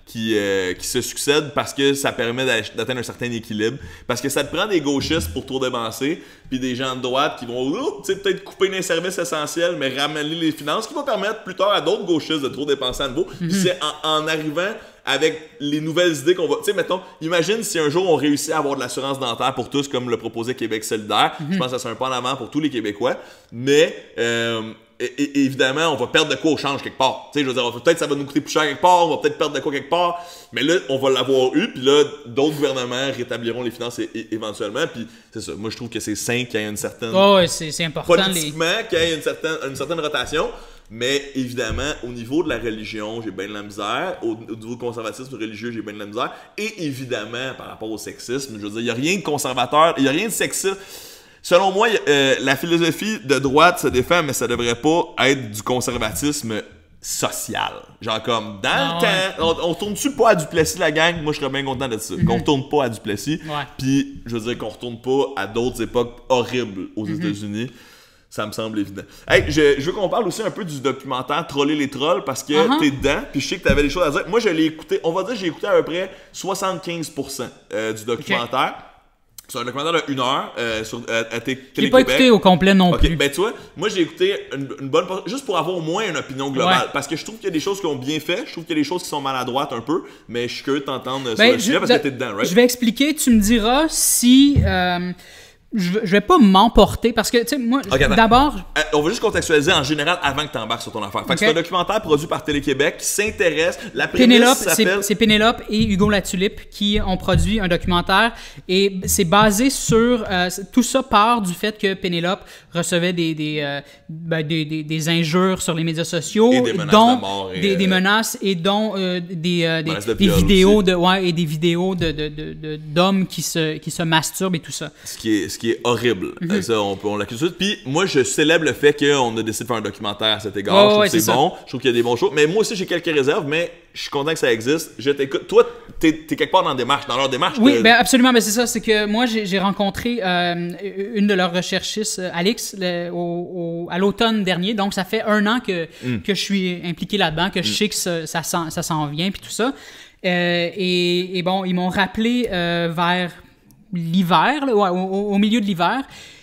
qui, euh, qui se succèdent parce que ça permet d'atteindre un certain équilibre. Parce que ça te prend des gauchistes pour trop dépenser, puis des gens de droite qui vont oh, peut-être couper des services essentiels, mais ramener les finances, qui vont permettre plus tard à d'autres gauchistes de trop dépenser à nouveau. Mm-hmm. Puis c'est en, en arrivant avec les nouvelles idées qu'on va... Tu sais, mettons, imagine si un jour on réussit à avoir de l'assurance dentaire pour tous, comme le proposait Québec solidaire. Mm-hmm. Je pense que ça serait un pas en avant pour tous les Québécois. Mais... Euh, Et, et, évidemment, on va perdre de quoi au change quelque part. Tu sais, je veux dire, peut-être ça va nous coûter plus cher quelque part, on va peut-être perdre de quoi quelque part, mais là, on va l'avoir eu, puis là, d'autres gouvernements rétabliront les finances é- é- éventuellement, puis c'est ça. Moi, je trouve que c'est sain qu'il y ait une certaine... Oh, ouais, c'est, c'est important. Politiquement, les... qu'il y ait une certaine, une certaine rotation, mais évidemment, au niveau de la religion, j'ai bien de la misère, au, au niveau du conservatisme religieux, j'ai bien de la misère, et évidemment, par rapport au sexisme, je veux dire, il n'y a rien de conservateur, il n'y a rien de sexiste. Selon moi, euh, la philosophie de droite se défend, mais ça devrait pas être du conservatisme social. Genre comme, dans ah, le temps, ouais. on, on retourne-tu pas à Duplessis, la gang? Moi, je serais bien content de ça. Mm-hmm. Qu'on retourne pas à Duplessis. Ouais. Puis, je veux dire qu'on retourne pas à d'autres époques horribles aux mm-hmm. États-Unis. Ça me semble évident. Hey, je, je veux qu'on parle aussi un peu du documentaire Troller les trolls, parce que uh-huh. t'es dedans, puis je sais que t'avais des choses à dire. Moi, je l'ai écouté, on va dire que j'ai écouté à peu près soixante-quinze pour cent euh, du documentaire. Okay. C'est un documentaire de une heure euh, sur euh, à Télé-Québec. Je l'ai pas écouté au complet non okay, plus. Ben tu vois, moi j'ai écouté une, une bonne juste pour avoir au moins une opinion globale. Ouais. Parce que je trouve qu'il y a des choses qui ont bien fait, je trouve qu'il y a des choses qui sont maladroites un peu, mais je suis curieux de t'entendre ben, sur le sujet parce que t'es dedans, right? Je vais expliquer, tu me diras si... Euh, Je, je vais pas m'emporter parce que, tu sais, moi, okay, d'abord... Euh, on va juste contextualiser en général avant que tu embarques sur ton affaire. Fait okay. que c'est un documentaire produit par Télé-Québec qui s'intéresse... La Pénélope, s'appelle... c'est, c'est Pénélope et Hugo Latulippe qui ont produit un documentaire et c'est basé sur... Euh, tout ça part du fait que Pénélope recevait des, des, euh, ben, des, des, des injures sur les médias sociaux, et des menaces dont de mort et, des, euh... des menaces et dont euh, des, euh, des, de des vidéos de, ouais, et des vidéos de, de, de, de, d'hommes qui se, qui se masturbent et tout ça. Ce qui est... Ce qui est horrible. Mm-hmm. Ça, on, on l'accuse tout. Puis moi, je célèbre le fait qu'on a décidé de faire un documentaire à cet égard. Oh, je trouve ouais, que c'est, c'est bon. Je trouve qu'il y a des bons shows. Mais moi aussi, j'ai quelques réserves, mais je suis content que ça existe. Je t'écoute. Toi, t'es, t'es quelque part dans, démarche, dans leur démarche. Oui, ben absolument. Ben c'est ça. C'est que moi, j'ai, j'ai rencontré euh, une de leurs recherchistes, Alix, le, au, au, à l'automne dernier. Donc, ça fait un an que, mm. que je suis impliqué là-dedans, que je mm. sais que ça, ça, s'en, ça s'en vient, puis tout ça. Euh, et, et bon, ils m'ont rappelé euh, vers... l'hiver, là, ouais, au, au milieu de l'hiver.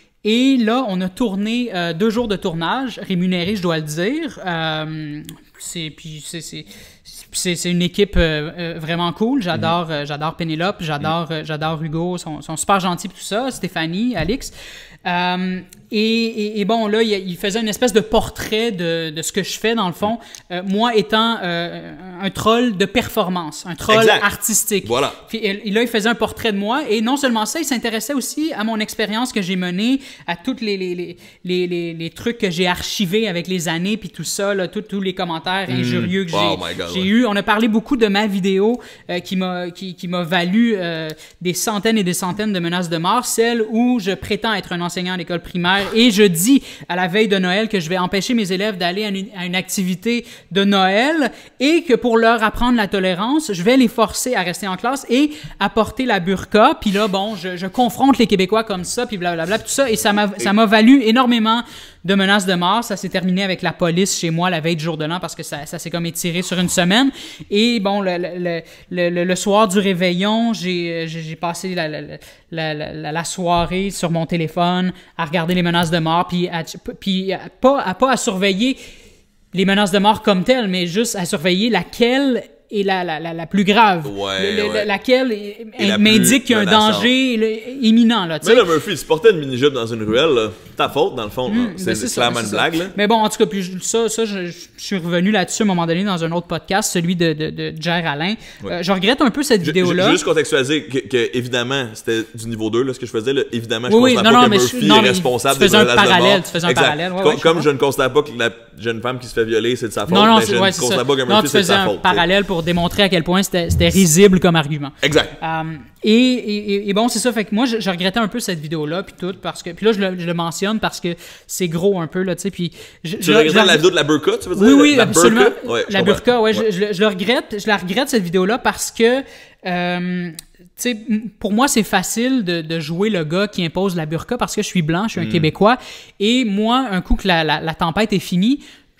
Et là, on a tourné euh, deux jours de tournage, rémunéré, je dois le dire. Euh, c'est, puis c'est, c'est, c'est, c'est une équipe euh, euh, vraiment cool. J'adore, mm-hmm. euh, j'adore Pénélope, j'adore, mm-hmm. euh, j'adore Hugo. Ils sont, sont super gentils et tout ça. Stéphanie, Alix. Euh, et, et, et bon, là, il, il faisait une espèce de portrait de, de ce que je fais, dans le fond. Euh, moi étant euh, un troll de performance, un troll exact. Artistique. Voilà. Puis, et, et là, il faisait un portrait de moi. Et non seulement ça, il s'intéressait aussi à mon expérience que j'ai menée, à tous les, les, les, les, les, les trucs que j'ai archivés avec les années, puis tout ça, là, tous les commentaires mmh. injurieux que oh j'ai, God, j'ai ouais. eu. On a parlé beaucoup de ma vidéo euh, qui, m'a, qui, qui m'a valu euh, des centaines et des centaines de menaces de mort, celle où je prétends être un enseignant à l'école primaire et je dis à la veille de Noël que je vais empêcher mes élèves d'aller à une, à une activité de Noël et que pour leur apprendre la tolérance, je vais les forcer à rester en classe et à porter la burqa. Puis là, bon, je, je confronte les Québécois comme ça, puis blablabla, tout ça, et ça m'a, ça m'a valu énormément de menaces de mort. Ça s'est terminé avec la police chez moi la veille du jour de l'an parce que ça, ça s'est comme étiré sur une semaine. Et bon, le, le, le, le, le soir du réveillon, j'ai, j'ai passé la, la, la, la, la soirée sur mon téléphone à regarder les menaces de mort, puis, à, puis à, pas, à, pas à surveiller les menaces de mort comme telles, mais juste à surveiller laquelle est la, la, la, la plus grave, ouais, le, ouais. laquelle la m'indique qu'il y a un danger le, imminent. Là, mais là, Murphy, tu portais une mini-jupe dans une ruelle, là. Ta faute, dans le fond. Mmh, c'est, ben c'est clairement une blague. Là. Mais bon, en tout cas, puis ça, ça je, je suis revenu là-dessus à un moment donné dans un autre podcast, celui de, de, de Jer Alain. Ouais. Euh, je regrette un peu cette je, vidéo-là. Je veux juste contextualiser que, que, évidemment, c'était du niveau deux, là, ce que je faisais. Là. Évidemment, je oui, ne oui, considère non, pas non, que Murphy je, non, est responsable des menaces de mort. Tu faisais un parallèle. Tu faisais un parallèle. Ouais, comme ouais, comme je ne considère pas que la jeune femme qui se fait violer, c'est de sa faute. Non, non, mais c'est, je ouais, ne c'est considère ça. pas que Murphy, non, tu c'est de sa faute. faisais un parallèle pour démontrer à quel point c'était, c'était risible comme argument. Exact. Um, et, et, et bon, c'est ça. Fait que moi, je, je regrettais un peu cette vidéo-là, puis tout, parce que... Puis là, je le, je le mentionne parce que c'est gros un peu, là, tu sais, puis... Je, tu je, regrettes je, la vidéo de la burqa, tu veux dire? Oui, oui, la absolument. Burqa? Ouais, la burqa, ouais, ouais. Je, je, je le regrette. Je la regrette, cette vidéo-là, parce que... Euh, tu sais, pour moi, c'est facile de, de jouer le gars qui impose la burqa parce que je suis blanc, je suis un mm. Québécois. Et moi, un coup que la, la, la tempête est finie...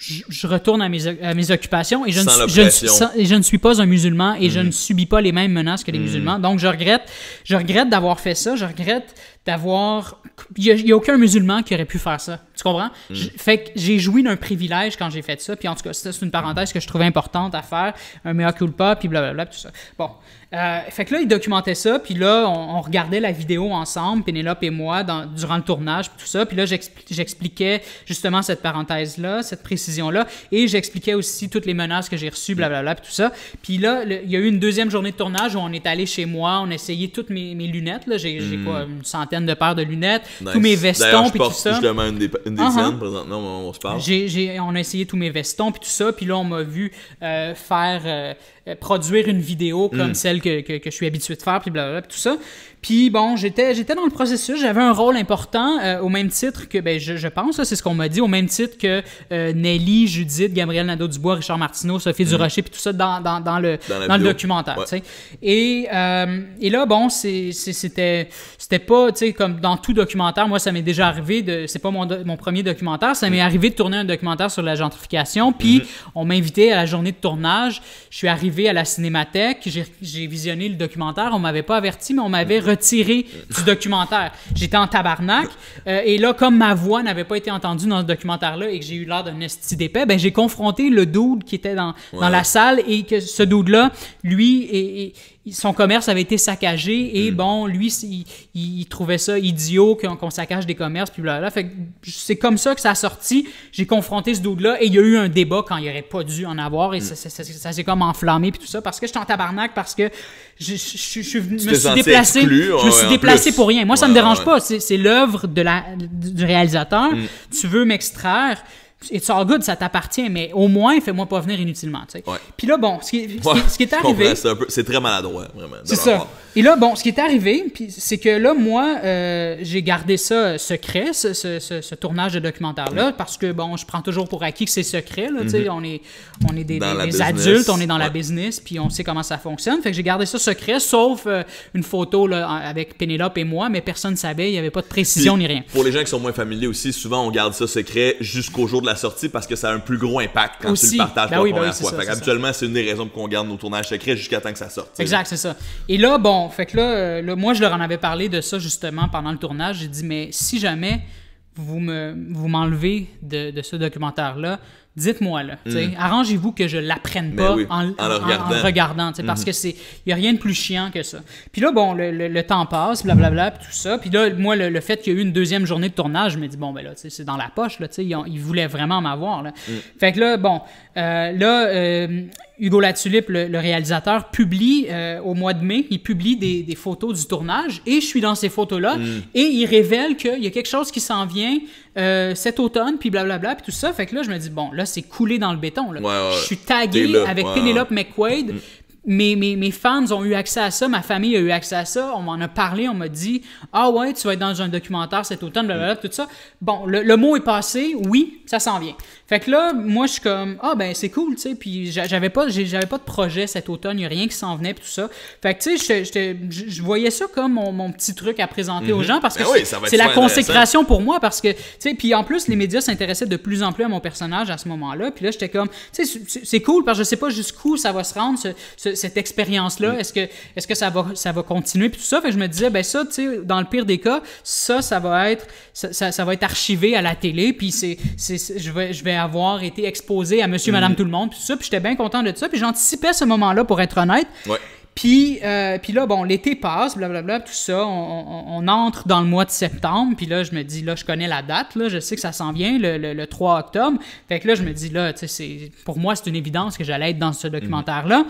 je, je retourne à mes, à mes occupations et je, ne, je, ne, sans, et je ne suis pas un musulman et mmh. je ne subis pas les mêmes menaces que les mmh. musulmans. Donc, je regrette, je regrette d'avoir fait ça. Je regrette d'avoir... Il n'y a, a aucun musulman qui aurait pu faire ça. Tu comprends? Mm. Je, fait que j'ai joui d'un privilège quand j'ai fait ça. Puis en tout cas, c'est une parenthèse que je trouvais importante à faire. Un mea culpa, puis blablabla, tout ça. Bon. Euh, fait que là, il documentait ça. Puis là, on, on regardait la vidéo ensemble, Pénélope et moi, dans, durant le tournage, puis tout ça. Puis là, j'expli- j'expliquais justement cette parenthèse-là, cette précision-là. Et j'expliquais aussi toutes les menaces que j'ai reçues, blablabla, puis tout ça. Puis là, le, il y a eu une deuxième journée de tournage où on est allé chez moi, on a essayé toutes mes, mes lunettes. Là. J'ai, mm. j'ai quoi, une centaine de paires de lunettes, nice. Tous mes vestons, puis tout ça. Je justement une des, une des uh-huh. tiennes, présentement, on, on se parle. J'ai, j'ai, on a essayé tous mes vestons, puis tout ça. Puis là, on m'a vu euh, faire... Euh, produire une vidéo comme mm. celle que, que, que je suis habitué de faire, puis blablabla, puis tout ça. Puis bon, j'étais, j'étais dans le processus, j'avais un rôle important, euh, au même titre que, ben je, je pense, là, c'est ce qu'on m'a dit, au même titre que euh, Nelly, Judith, Gabriel Nadeau-Dubois, Richard Martineau, Sophie mm. Durocher, puis tout ça dans, dans, dans, le, dans, dans le documentaire, ouais. tu sais. Et, euh, et là, bon, c'est, c'est, c'était, c'était pas, tu sais, comme dans tout documentaire, moi, ça m'est déjà arrivé, de, c'est pas mon, do, mon premier documentaire, ça m'est mm. arrivé de tourner un documentaire sur la gentrification, puis mm-hmm. on m'a invité à la journée de tournage, je suis arrivé à la Cinémathèque, j'ai, j'ai visionné le documentaire, on m'avait pas averti, mais on m'avait retiré du documentaire. J'étais en tabarnak, euh, et là, comme ma voix n'avait pas été entendue dans ce documentaire-là et que j'ai eu l'air d'un esti d'épais, ben j'ai confronté le dude qui était dans, ouais. dans la salle et que ce dude-là, lui, et, et, son commerce avait été saccagé et mm. bon, lui, il, il trouvait ça idiot qu'on, qu'on saccage des commerces, puis blablabla. Fait que c'est comme ça que ça a sorti. J'ai confronté ce dude-là et il y a eu un débat quand il aurait pas dû en avoir et mm. ça, ça, ça, ça s'est comme enflammé puis tout ça parce que j'étais en tabarnak, parce que je, je, je, je, je me suis déplacé. Exclu, je me suis ouais, déplacé plus. Pour rien. Moi, ça ouais, me dérange ouais. pas. C'est, c'est l'œuvre de la, du réalisateur. Mm. Tu veux m'extraire. It's all good, ça t'appartient, mais au moins, fais-moi pas venir inutilement, tu sais. Ouais. Puis là, bon, ce qui, ce ouais, qui, ce qui est arrivé... C'est, un peu, c'est très maladroit, vraiment. C'est ça. Part. Et là, bon, ce qui est arrivé, puis c'est que là, moi, euh, j'ai gardé ça secret, ce, ce, ce, ce tournage de documentaire-là, mm. parce que, bon, je prends toujours pour acquis que c'est secret, là, tu sais, mm-hmm. on est, on est des, des, des adultes, on est dans ouais. la business, puis on sait comment ça fonctionne. Fait que j'ai gardé ça secret, sauf euh, une photo là, avec Pénélope et moi, mais personne ne savait, il n'y avait pas de précision puis, ni rien. Pour les gens qui sont moins familiers aussi, souvent, on garde ça secret jusqu'au jour de la sortie parce que ça a un plus gros impact quand aussi. Tu le partages ben pour oui, la première ben oui, fois. Ça, fait qu'habituellement, c'est, c'est une des raisons pour qu'on garde nos tournages secrets jusqu'à temps que ça sorte. Exact, c'est ça. Et là, bon, fait que là, là, moi, je leur en avais parlé de ça justement pendant le tournage. J'ai dit, mais si jamais vous, me, vous m'enlevez de, de ce documentaire-là, dites-moi, là. Mm. Arrangez-vous que je ne l'apprenne pas oui, en, en, en le regardant. En, en regardant mm-hmm. Parce que c'est. Il n'y a rien de plus chiant que ça. Puis là, bon, le, le, le temps passe, blablabla, puis tout ça. Puis là, moi, le, le fait qu'il y a eu une deuxième journée de tournage, je me dis, bon, ben là, c'est dans la poche, là. Ils, ont, ils voulaient vraiment m'avoir, là. Mm. Fait que là, bon, euh, là, euh, Hugo Latulippe, le, le réalisateur, publie euh, au mois de mai, il publie des, des photos du tournage et je suis dans ces photos-là mm. et il révèle qu'il y a quelque chose qui s'en vient euh, cet automne, puis blablabla, puis tout ça. Fait que là, je me dis, bon, là, c'est coulé dans le béton. Là. Ouais, ouais, je suis tagué avec ouais, Pénélope ouais. McQuaid. Mm. Mes, mes, mes fans ont eu accès à ça, ma famille a eu accès à ça, on m'en a parlé, on m'a dit « Ah ouais, tu vas être dans un documentaire cet automne, blablabla, tout ça. » Bon, le, le mot est passé, oui, ça s'en vient. Fait que là, moi, je suis comme « Ah ben, c'est cool, tu sais. » Puis j'avais pas, j'avais pas de projet cet automne, il n'y a rien qui s'en venait, puis tout ça. Fait que tu sais, je voyais ça comme mon, mon petit truc à présenter mm-hmm. aux gens, parce que ben c'est, oui, c'est la consécration pour moi, parce que, tu sais, puis en plus, les médias s'intéressaient de plus en plus à mon personnage à ce moment-là, puis là, j'étais comme, tu sais, c'est, c'est cool, parce que je sais pas jusqu'où ça va se rendre, ce, ce cette expérience-là, mm. est-ce que, est-ce que ça va, ça va continuer, puis tout ça, fait que je me disais, ben ça, tu sais, dans le pire des cas, ça, ça va être, ça, ça, ça va être archivé à la télé, puis c'est, c'est, c'est, je vais, je vais avoir été exposé à Monsieur, mm. Madame, tout le monde, puis tout ça, puis j'étais bien content de ça, puis j'anticipais ce moment-là, pour être honnête. Ouais. Puis, euh, puis là, bon, l'été passe, blablabla, tout ça, on, on, on entre dans le mois de septembre, puis là, je me dis, là, je connais la date, là, je sais que ça s'en vient, le, le, le trois octobre, fait que là, je me dis, là, tu sais, c'est, pour moi, c'est une évidence que j'allais être dans ce documentaire-là.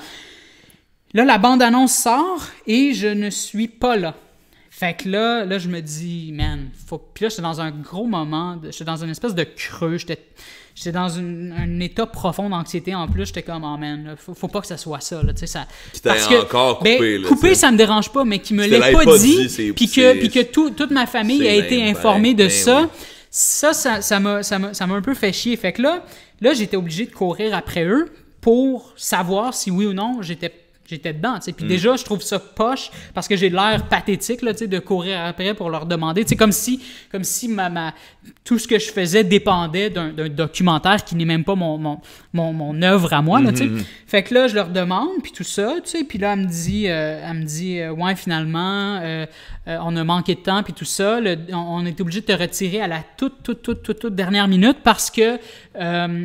Mm. Là, la bande-annonce sort et je ne suis pas là. Fait que là, là je me dis, man, faut... Puis là, j'étais dans un gros moment, de... j'étais dans une espèce de creux, j'étais, j'étais dans une... un état profond d'anxiété en plus, j'étais comme, oh man, là, faut... faut pas que ça soit ça, là, tu sais, ça... Qui t'a encore coupé, ben, là, coupé, t'sais. Ça me dérange pas, mais qui me l'ait pas, pas dit, dit puis que, puis que tout, toute ma famille a été informée ben, de ben, ça, oui. ça, ça, ça m'a, ça m'a, ça m'a un peu fait chier. Fait que là, là, j'étais obligé de courir après eux pour savoir si oui ou non, j'étais j'étais dedans, tu sais. Puis mm. déjà, je trouve ça poche parce que j'ai l'air pathétique, là, tu sais, de courir après pour leur demander. Tu sais, comme si, comme si ma, ma, tout ce que je faisais dépendait d'un, d'un documentaire qui n'est même pas mon, mon, mon, mon œuvre à moi, là, tu sais. Mm-hmm. Fait que là, je leur demande, puis tout ça, tu sais. Puis là, elle me dit, euh, elle me dit euh, ouais, finalement, euh, euh, on a manqué de temps, puis tout ça. Le, on, on est obligé de te retirer à la toute, toute, toute, toute, toute dernière minute parce que... Euh,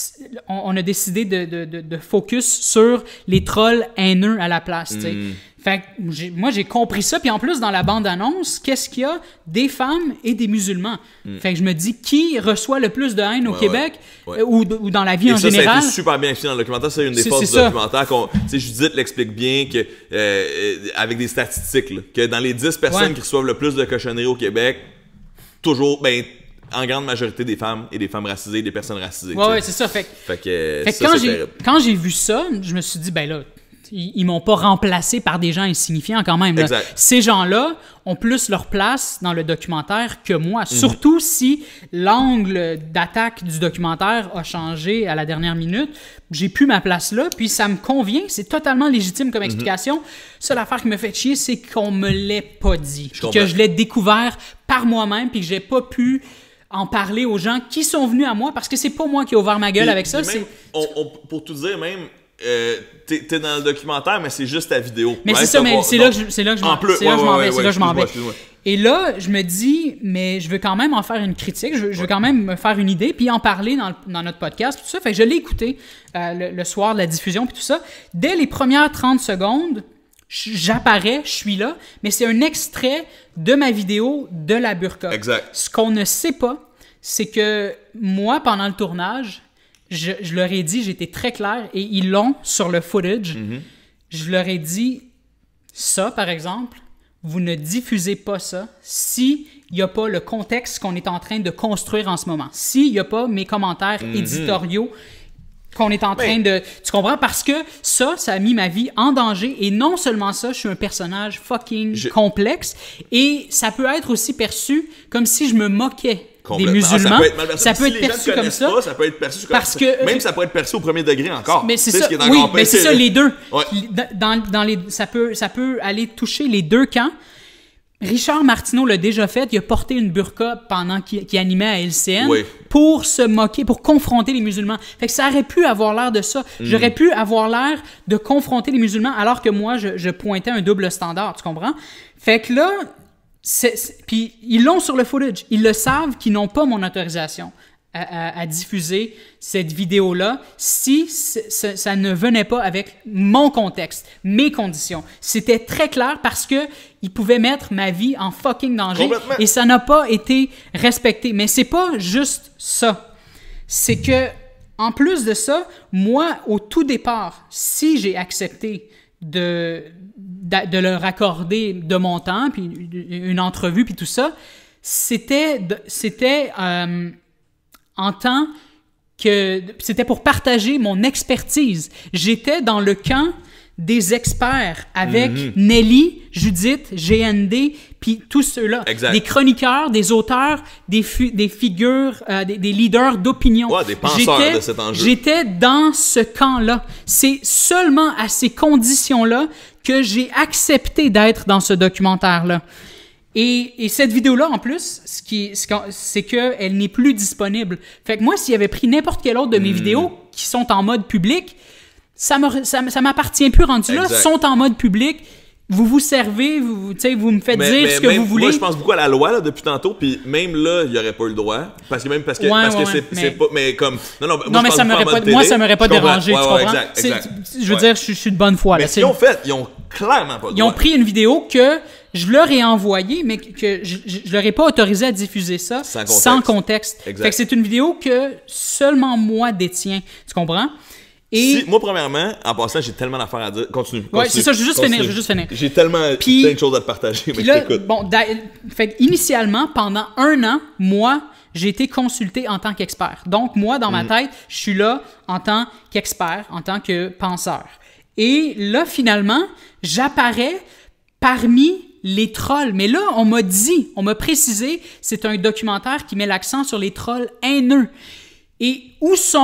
on a décidé de, de, de, de focus sur les trolls haineux à la place. Mm. Fait que j'ai, moi, j'ai compris ça. Puis en plus, dans la bande-annonce, qu'est-ce qu'il y a? Des femmes et des musulmans. Mm. Fait que je me dis, qui reçoit le plus de haine au ouais, Québec ouais. Ouais. Ou, ou dans la vie et en ça, général? Ça, ça a été super bien fait dans le documentaire. C'est une des c'est, forces c'est du documentaire. Qu'on, Judith l'explique bien que, euh, avec des statistiques, là, que dans les dix personnes ouais. qui reçoivent le plus de cochonneries au Québec, toujours... ben en grande majorité des femmes et des femmes racisées, des personnes racisées. Ouais, ouais, c'est ça. Fait, fait que, fait ça, quand, c'est j'ai, terrible. quand j'ai vu ça, je me suis dit, ben là, ils, ils m'ont pas remplacé par des gens insignifiants quand même. Là. Exact. Ces gens-là ont plus leur place dans le documentaire que moi. Mm-hmm. Surtout si l'angle d'attaque du documentaire a changé à la dernière minute. J'ai plus ma place là, puis ça me convient. C'est totalement légitime comme explication. Mm-hmm. Seule affaire qui me fait chier, c'est qu'on me l'ait pas dit. Je que je l'ai découvert par moi-même, puis que j'ai pas pu... en parler aux gens qui sont venus à moi parce que c'est pas moi qui ai ouvert ma gueule puis, avec ça. Même, c'est... On, on, pour tout dire, même, euh, t'es, t'es dans le documentaire, mais c'est juste ta vidéo. Mais ouais, c'est ça, mais pas, c'est, là que je, c'est là que je m'en, plus, c'est là ouais, que je m'en ouais, vais. Ouais, c'est là que je m'en vais. excuse-moi. Et là, je me dis, mais je veux quand même en faire une critique, je veux, je veux quand même me faire une idée, puis en parler dans, dans notre podcast, tout ça. Fait que je l'ai écouté euh, le, le soir de la diffusion, puis tout ça. Dès les premières trente secondes, j'apparais, je suis là, mais c'est un extrait de ma vidéo de la burqa. Exact. Ce qu'on ne sait pas, c'est que moi, pendant le tournage, je, je leur ai dit, j'étais très clair, et ils l'ont sur le footage, mm-hmm. je leur ai dit, ça, par exemple, vous ne diffusez pas ça s'il n'y a pas le contexte qu'on est en train de construire en ce moment. S'il n'y a pas mes commentaires mm-hmm. éditoriaux qu'on est en train Mais... de... Tu comprends? Parce que ça, ça a mis ma vie en danger. Et non seulement ça, je suis un personnage fucking je... complexe. Et ça peut être aussi perçu comme si je me moquais des musulmans. Ah, ça peut être, mal perçu. Ça peut si être perçu comme ça. Pas, ça peut être perçu comme parce que, même ça peut être perçu au premier degré encore. Mais c'est ça. Ce oui, mais c'est ça, les deux. Ouais. Dans, dans les, ça, peut, ça peut aller toucher les deux camps. Richard Martineau l'a déjà fait. Il a porté une burqa pendant qu'il, qu'il animait à L C N oui. pour se moquer, pour confronter les musulmans. Fait que ça aurait pu avoir l'air de ça. Mm. J'aurais pu avoir l'air de confronter les musulmans alors que moi, je, je pointais un double standard. Tu comprends? Fait que là... C'est, c'est, puis ils l'ont sur le footage. Ils le savent qu'ils n'ont pas mon autorisation à, à, à diffuser cette vidéo-là si ça, ça ne venait pas avec mon contexte, mes conditions. C'était très clair parce que ils pouvaient mettre ma vie en fucking danger et ça n'a pas été respecté. Mais c'est pas juste ça. C'est que, en plus de ça, moi, au tout départ, si j'ai accepté de... de leur accorder de mon temps, puis une entrevue, puis tout ça, c'était, c'était euh, en tant que... C'était pour partager mon expertise. J'étais dans le camp des experts avec mm-hmm. Nelly, Judith, G N D, puis tous ceux-là. Exact. Des chroniqueurs, des auteurs, des, fu- des figures, euh, des, des leaders d'opinion. Ouais, des penseurs j'étais, de cet enjeu. J'étais dans ce camp-là. C'est seulement à ces conditions-là que j'ai accepté d'être dans ce documentaire-là. Et, et cette vidéo-là, en plus, ce qui, c'est qu'elle n'est plus disponible. Fait que moi, s'il avait pris n'importe quelle autre de mes mmh. vidéos qui sont en mode public, ça me, ça, ça m'appartient plus rendu là, sont en mode public. Vous vous servez, vous, vous me faites mais, dire mais ce que vous voulez. Moi, je pense beaucoup à la loi là, depuis tantôt, puis même là, il n'y aurait pas eu le droit. Parce que même parce que, ouais, parce ouais, que c'est, mais... c'est pas. Mais comme. Non, non, moi, non mais ça m'aurait pas, moi, ça m'aurait pas dérangé, ouais, tu comprends? Exact, exact. Je veux ouais. dire, je, je suis de bonne foi. Mais là, ce qu'ils ont fait, ils ont clairement pas le droit. Ils ont pris une vidéo que je leur ai envoyée, mais que je, je, je leur ai pas autorisé à diffuser ça sans contexte. Sans contexte. Exact. Fait que c'est une vidéo que seulement moi détiens. Tu comprends? Et... Si, moi, premièrement, en passant, j'ai tellement d'affaires à dire. Continue. continue ouais, c'est ça, je veux juste continue. finir. Je veux juste finir. J'ai tellement puis, plein de choses à te partager. Mais là, je t'écoute. Bon, fait initialement, pendant un an, moi, j'ai été consulté en tant qu'expert. Donc, moi, dans ma mm. tête, je suis là en tant qu'expert, en tant que penseur. Et là, finalement, j'apparais parmi les trolls. Mais là, on m'a dit, on m'a précisé, c'est un documentaire qui met l'accent sur les trolls haineux. Et où sont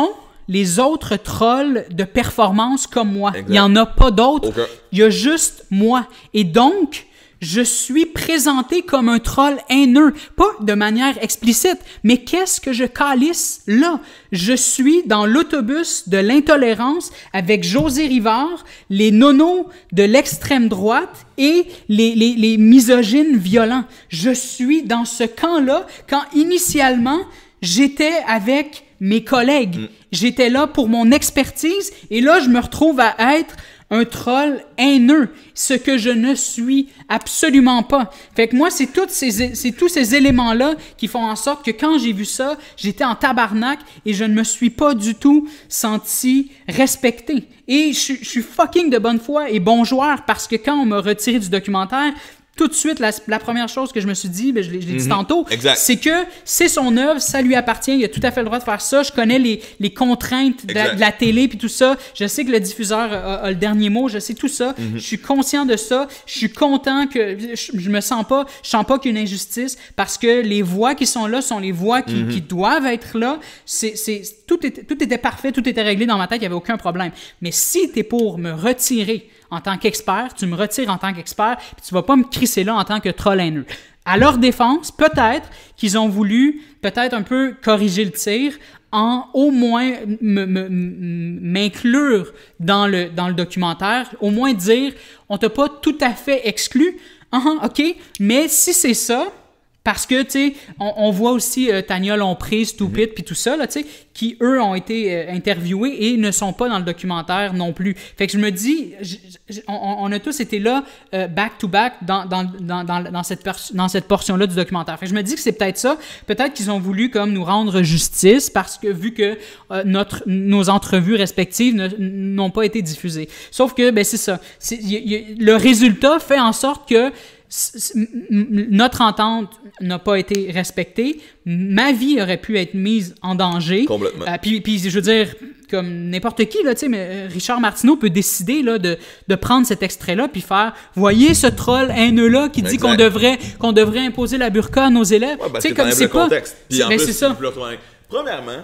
les autres trolls de performance comme moi. Exact. Il n'y en a pas d'autres. Okay. Il y a juste moi. Et donc, je suis présenté comme un troll haineux. Pas de manière explicite, mais qu'est-ce que je calisse là? Je suis dans l'autobus de l'intolérance avec José Rivard, les nonos de l'extrême droite et les, les, les misogynes violents. Je suis dans ce camp-là quand initialement, j'étais avec mes collègues. Mm. J'étais là pour mon expertise et là, je me retrouve à être un troll haineux, ce que je ne suis absolument pas. Fait que moi, c'est, toutes ces, c'est tous ces éléments-là qui font en sorte que quand j'ai vu ça, j'étais en tabarnak et je ne me suis pas du tout senti respecté. Et je, je suis fucking de bonne foi et bon joueur parce que quand on m'a retiré du documentaire, tout de suite, la, la première chose que je me suis dit, ben je l'ai, je l'ai dit mm-hmm. tantôt, exact. C'est que c'est son œuvre, ça lui appartient, il a tout à fait le droit de faire ça. Je connais les, les contraintes de la, de la télé puis tout ça. Je sais que le diffuseur a, a le dernier mot, je sais tout ça. Mm-hmm. Je suis conscient de ça. Je suis content que je, je me sens pas, je sens pas qu'il y a une injustice parce que les voix qui sont là sont les voix qui, mm-hmm. qui doivent être là. C'est, c'est, tout, était, tout était parfait, tout était réglé dans ma tête, il n'y avait aucun problème. Mais si t'es pour me retirer en tant qu'expert, tu me retires en tant qu'expert, puis tu vas pas me crisser là en tant que troll haineux. À leur défense, peut-être qu'ils ont voulu peut-être un peu corriger le tir en au moins me, me, m'inclure dans le, dans le documentaire, au moins dire, on t'a pas tout à fait exclu, uh-huh, ok, mais si c'est ça, parce que, tu sais, on, on voit aussi euh, Tania Lompré, Stupid, puis tout ça, là, tu sais, qui, eux, ont été euh, interviewés et ne sont pas dans le documentaire non plus. Fait que je me dis, j- j- on, on a tous été là, euh, back-to-back, dans, dans, dans, dans, dans, cette pers- dans cette portion-là du documentaire. Fait que je me dis que c'est peut-être ça. Peut-être qu'ils ont voulu, comme, nous rendre justice parce que, vu que euh, notre, nos entrevues respectives ne, n'ont pas été diffusées. Sauf que, ben, c'est ça. C'est, y, y, le résultat fait en sorte que notre entente n'a pas été respectée. Ma vie aurait pu être mise en danger. Complètement. Euh, puis, puis, je veux dire, comme n'importe qui, là, tu sais, mais Richard Martineau peut décider là, de, de prendre cet extrait-là puis faire « Voyez ce troll haineux-là qui dit exact. qu'on devrait, qu'on devrait imposer la burqa à nos élèves. Ouais, » Tu sais, comme c'est le pas... contexte. Puis en ben, plus, c'est ça. Premièrement,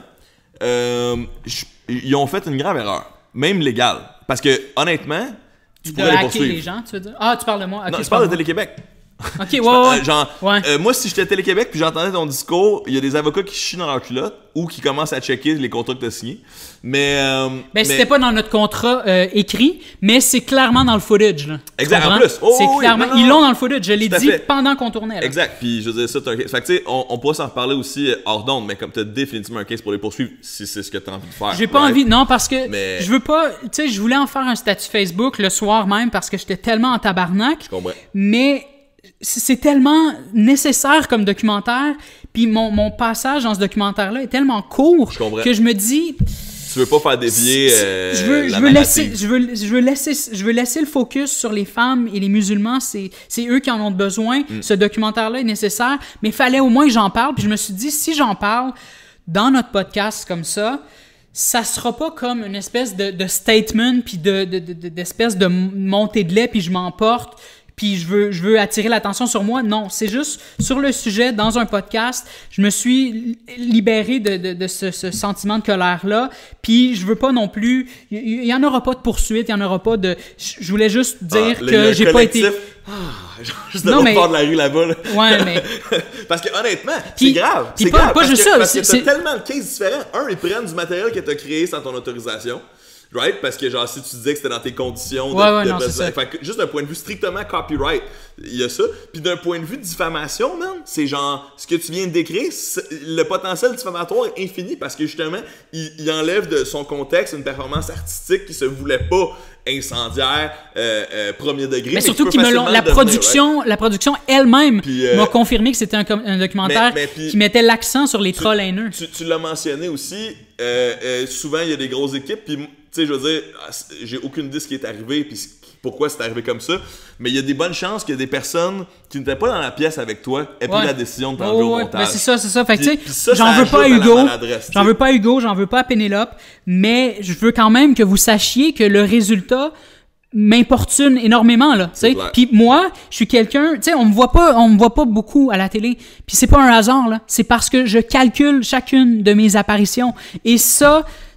euh, ils ont fait une grave erreur, même légale. Parce que, honnêtement, tu de pourrais les poursuivre. Les gens, tu veux dire? Ah, tu parles de moi. Okay, non, je parle de Télé-Québec. OK, ouais, ouais. Genre, ouais. Euh, moi, si j'étais à Télé-Québec puis j'entendais ton discours, il y a des avocats qui chient dans leur culotte ou qui commencent à checker les contrats que tu as signés. Mais. Euh, ben, mais... c'était pas dans notre contrat euh, écrit, mais c'est clairement dans le footage. Là. Exact, en plus. Oh, c'est oui, clairement. non, non, ils l'ont dans le footage, je l'ai dit fait. pendant qu'on tournait. Là. Exact, puis je veux dire, ça, t'as un case. Fait que, tu sais, on, on pourra s'en reparler aussi hors d'onde, mais comme tu as définitivement un case pour les poursuivre, si c'est ce que tu as envie de faire. J'ai pas right? envie, non, parce que mais... je veux pas. Tu sais, je voulais en faire un statut Facebook le soir même parce que j'étais tellement en tabarnak. Je comprends. Mais. C'est tellement nécessaire comme documentaire, puis mon, mon passage dans ce documentaire-là est tellement court je que je me dis... Tu veux pas faire dévier euh, je veux, la je veux laisser, je veux, je veux laisser, je veux laisser le focus sur les femmes et les musulmans. C'est, c'est eux qui en ont besoin. Mm. Ce documentaire-là est nécessaire, mais il fallait au moins que j'en parle. Puis je me suis dit, si j'en parle dans notre podcast comme ça, ça sera pas comme une espèce de, de statement puis de, de, de, d'espèce de montée de lait puis je m'emporte. Puis je veux, je veux attirer l'attention sur moi. Non, c'est juste sur le sujet, dans un podcast, je me suis libéré de, de, de ce, ce sentiment de colère-là. Puis je veux pas non plus... Il y en aura pas de poursuite, il y en aura pas de... Je voulais juste dire ah, que j'ai pas été... Ah, juste de l'autre mais... bord de la rue là-bas. Là. Ouais, mais... parce que honnêtement, puis, c'est grave. C'est pas, grave. Pas parce juste que, ça. Parce c'est, que c'est... t'as tellement de cases différents. Un, ils prennent du matériel que t'as créé sans ton autorisation. Right? Parce que genre si tu disais que c'était dans tes conditions de, ouais, ouais, de non, c'est ça. Fait que juste d'un point de vue strictement copyright, il y a ça. Puis d'un point de vue de diffamation, man, c'est genre ce que tu viens de décrire, le potentiel diffamatoire est infini parce que justement, il, il enlève de son contexte une performance artistique qui se voulait pas incendiaire, euh, euh, premier degré. Mais, mais surtout qu'ils me l'ont. La production, right? la production elle-même puis, euh, m'a confirmé que c'était un, un documentaire mais, mais puis, qui mettait l'accent sur les tu, trolls haineux. Tu, tu l'as mentionné aussi. Euh, euh, souvent, il y a des grosses équipes. Puis, tu sais, je veux dire, j'ai aucune idée de ce qui est arrivé. Puis pourquoi c'est arrivé comme ça. Mais il y a des bonnes chances qu'il y a des personnes qui n'étaient pas dans la pièce avec toi aient pris ouais. la décision de t'enlever oh, au montage. Ben c'est ça, c'est ça. Fait que, tu sais, j'en veux pas à Hugo. J'en veux pas à Hugo, j'en veux pas à Pénélope. Mais je veux quand même que vous sachiez que le résultat m'importune énormément là, tu sais. Puis moi, je suis quelqu'un, tu sais, on me voit pas, on me voit pas beaucoup à la télé. Puis c'est pas un hasard là, c'est parce que je calcule chacune de mes apparitions et ça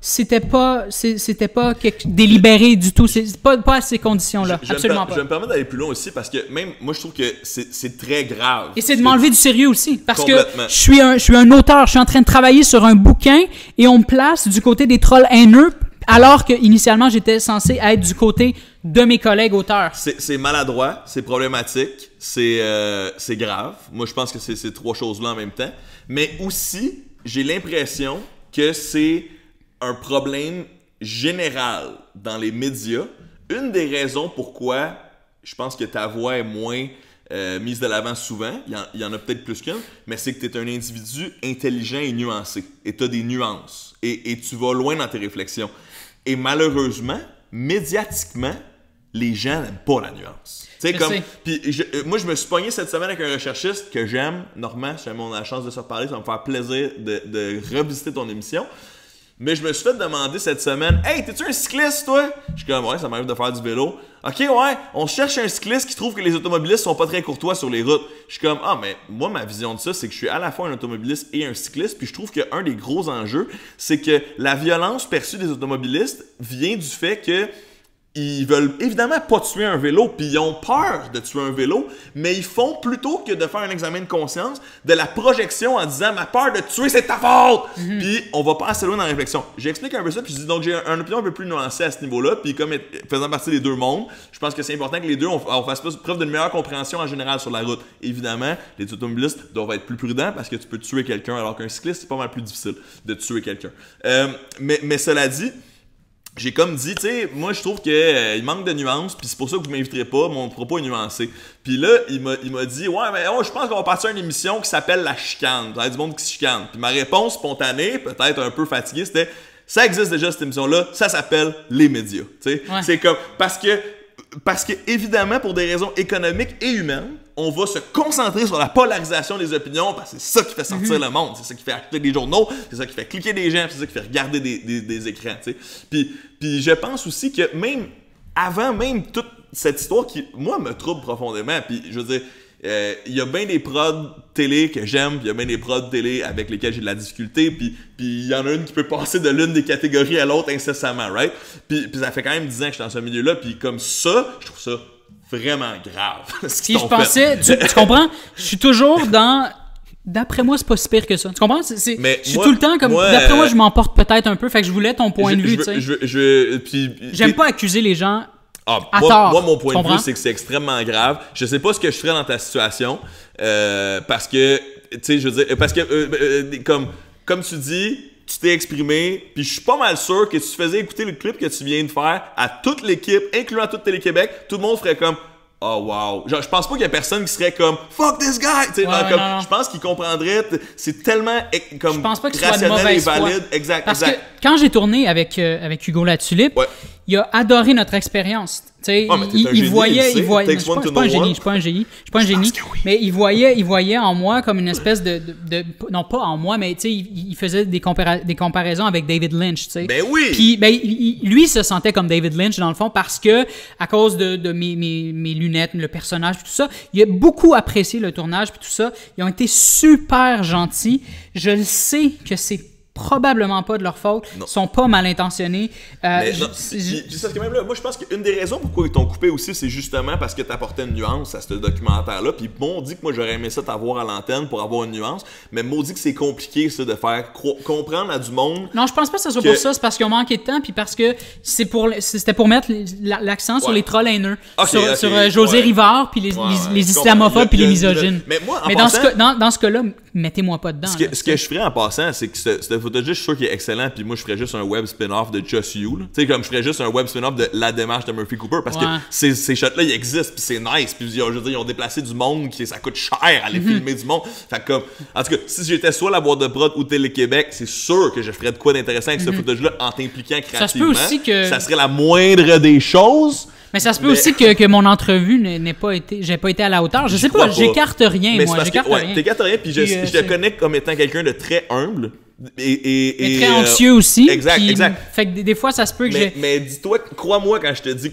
c'était pas, c'était pas quelque, délibéré du tout. C'est pas, pas à ces conditions-là. Je, je Absolument me, pas. Je me permets d'aller plus loin aussi parce que même moi, je trouve que c'est très grave. Et c'est de m'enlever du sérieux aussi. Parce que Complètement. je suis, un, je suis un auteur, je suis en train de travailler sur un bouquin et on me place du côté des trolls haineux alors que initialement j'étais censé être du côté de mes collègues auteurs. C'est maladroit, c'est problématique, c'est euh, grave. Moi, je pense que c'est ces trois choses-là en même temps. Mais aussi, j'ai l'impression que c'est un problème général dans les médias. Une des raisons pourquoi je pense que ta voix est moins euh, mise de l'avant souvent, il y en, il y en a peut-être plus qu'une, mais c'est que tu es un individu intelligent et nuancé. Et tu as des nuances. Et, et tu vas loin dans tes réflexions. Et malheureusement, médiatiquement, les gens n'aiment pas la nuance. Tu sais, comme. Puis je, euh, moi, je me suis pogné cette semaine avec un recherchiste que j'aime, Normand, si jamais on a la chance de se reparler, ça va me faire plaisir de, de revisiter ton émission. Mais je me suis fait demander cette semaine, hey, t'es-tu un cycliste, toi? Je suis comme, ouais, ça m'arrive de faire du vélo. Ok, ouais, on cherche un cycliste qui trouve que les automobilistes sont pas très courtois sur les routes. Je suis comme, ah, mais moi, ma vision de ça, c'est que je suis à la fois un automobiliste et un cycliste. Puis je trouve qu'un des gros enjeux, c'est que la violence perçue des automobilistes vient du fait que ils veulent évidemment pas tuer un vélo, puis ils ont peur de tuer un vélo, mais ils font plutôt que de faire un examen de conscience, de la projection en disant « ma peur de tuer, c'est ta faute! Mm-hmm. » Puis on va pas assez loin dans la réflexion. J'explique un peu ça, puis je dis donc j'ai un, un opinion un peu plus nuancée à ce niveau-là, puis comme faisant partie des deux mondes, je pense que c'est important que les deux on, on fasse preuve d'une meilleure compréhension en général sur la route. Évidemment, les automobilistes doivent être plus prudents parce que tu peux tuer quelqu'un, alors qu'un cycliste, c'est pas mal plus difficile de tuer quelqu'un. Euh, mais, mais cela dit, j'ai comme dit, tu sais, moi je trouve qu'il euh, manque de nuances, puis c'est pour ça que vous m'inviterez pas, mon propos est nuancé. Puis là, il m'a dit, ouais, mais oh, je pense qu'on va partir à une émission qui s'appelle La Chicane. Il y a du monde qui se chicane. Puis ma réponse spontanée, peut-être un peu fatiguée, c'était, ça existe déjà cette émission-là, ça s'appelle les médias. Tu sais, ouais. C'est comme, parce que, parce que évidemment, pour des raisons économiques et humaines, on va se concentrer sur la polarisation des opinions parce que c'est ça qui fait sortir mm-hmm. le monde, c'est ça qui fait acheter des journaux, c'est ça qui fait cliquer des gens, c'est ça qui fait regarder des, des, des écrans, tu sais. Puis, puis je pense aussi que même avant même toute cette histoire qui, moi, me trouble profondément, puis je veux dire, il euh, y a bien des prods télé que j'aime, puis il y a bien des prods télé avec lesquels j'ai de la difficulté, puis il y en a une qui peut passer de l'une des catégories à l'autre incessamment, right? Puis, puis ça fait quand même dix ans que je suis dans ce milieu-là, puis comme ça, je trouve ça vraiment grave. Si je pensais, tu, tu comprends? Je suis toujours dans. D'après moi, c'est pas si pire que ça. Tu comprends? C'est, c'est, mais je suis moi, tout le temps comme. Moi, d'après moi, je m'emporte peut-être un peu. Fait que je voulais ton point je, de vue, tu sais. Je, je, je, puis, J'aime puis, pas accuser les gens. Ah, à moi, tort, moi, mon point de vue, c'est que c'est extrêmement grave. Je sais pas ce que je ferais dans ta situation. Euh, parce que, tu sais, je veux dire, parce que, euh, euh, comme, comme tu dis, tu t'es exprimé, puis je suis pas mal sûr que si tu faisais écouter le clip que tu viens de faire à toute l'équipe, incluant toute Télé-Québec, tout le monde ferait comme oh wow. Genre, je pense pas qu'il y a personne qui serait comme fuck this guy. Ouais, genre, ouais, comme, non, non. Je pense qu'il comprendrait. C'est tellement comme je pense pas que rationnel et valide. Foi. Exact, Parce exact. que quand j'ai tourné avec, euh, avec Hugo Latulippe, ouais. il a adoré notre expérience. Tu sais, oh, il, il voyait, il voyait. Je suis pas un génie, je suis pas un génie, je suis pas un génie. Oui. Mais il voyait, il voyait en moi comme une espèce de, de, de non pas en moi, mais tu sais, il, il faisait des, compara- des comparaisons avec David Lynch, tu sais. Ben oui. Puis ben il, lui il se sentait comme David Lynch dans le fond parce que à cause de, de mes, mes, mes lunettes, le personnage, puis tout ça, il a beaucoup apprécié le tournage puis tout ça. Ils ont été super gentils. Je le sais que c'est probablement pas de leur faute, non. sont pas mal intentionnés. Euh, mais non, je, je, je, je, même là, moi, je pense qu'une des raisons pourquoi ils t'ont coupé aussi, c'est justement parce que t'apportais une nuance à ce documentaire-là. Puis bon, on dit que moi, j'aurais aimé ça t'avoir à l'antenne pour avoir une nuance, mais maudit que c'est compliqué, ça, de faire cro- comprendre à du monde. Non, je pense pas que ça soit que... pour ça, c'est parce qu'ils ont manqué de temps, puis parce que c'est pour, c'était pour mettre l'accent ouais. sur les trolls haineux, okay, sur, okay. sur euh, José ouais. Rivard, puis les, ouais, les, ouais. les islamophobes, puis les misogynes. Mais, moi, en mais passant, dans, ce cas, dans, dans ce cas-là, mettez-moi pas dedans. Ce que, là, ce que je ferais en passant, c'est que ce, ce footage, je suis sûr qu'il est excellent, puis moi je ferais juste un web spin-off de Just You. Tu sais, comme je ferais juste un web spin-off de la démarche de Murphy Cooper, parce ouais. que ces, ces shots-là, ils existent, puis c'est nice, puis je veux dire, ils ont déplacé du monde, qui ça coûte cher à aller mm-hmm. filmer du monde. Fait que comme, en tout cas, si j'étais soit la boîte de prod ou Télé-Québec, c'est sûr que je ferais de quoi d'intéressant avec mm-hmm. ce footage-là en t'impliquant créativement. Ça se peut aussi que... Ça serait la moindre des choses. Mais ça se peut mais... aussi que, que mon entrevue n'ait pas été, j'ai pas été à la hauteur. Je sais pas, pas, j'écarte rien, mais moi. J'écarte ouais, rien. T'écartes rien, puis je, puis, euh, je te connais comme étant quelqu'un de très humble. Et, et, et très anxieux euh, aussi. Exact, puis, exact. Fait que des, des fois, ça se peut que mais, j'ai... Mais dis-toi, crois-moi quand je te dis que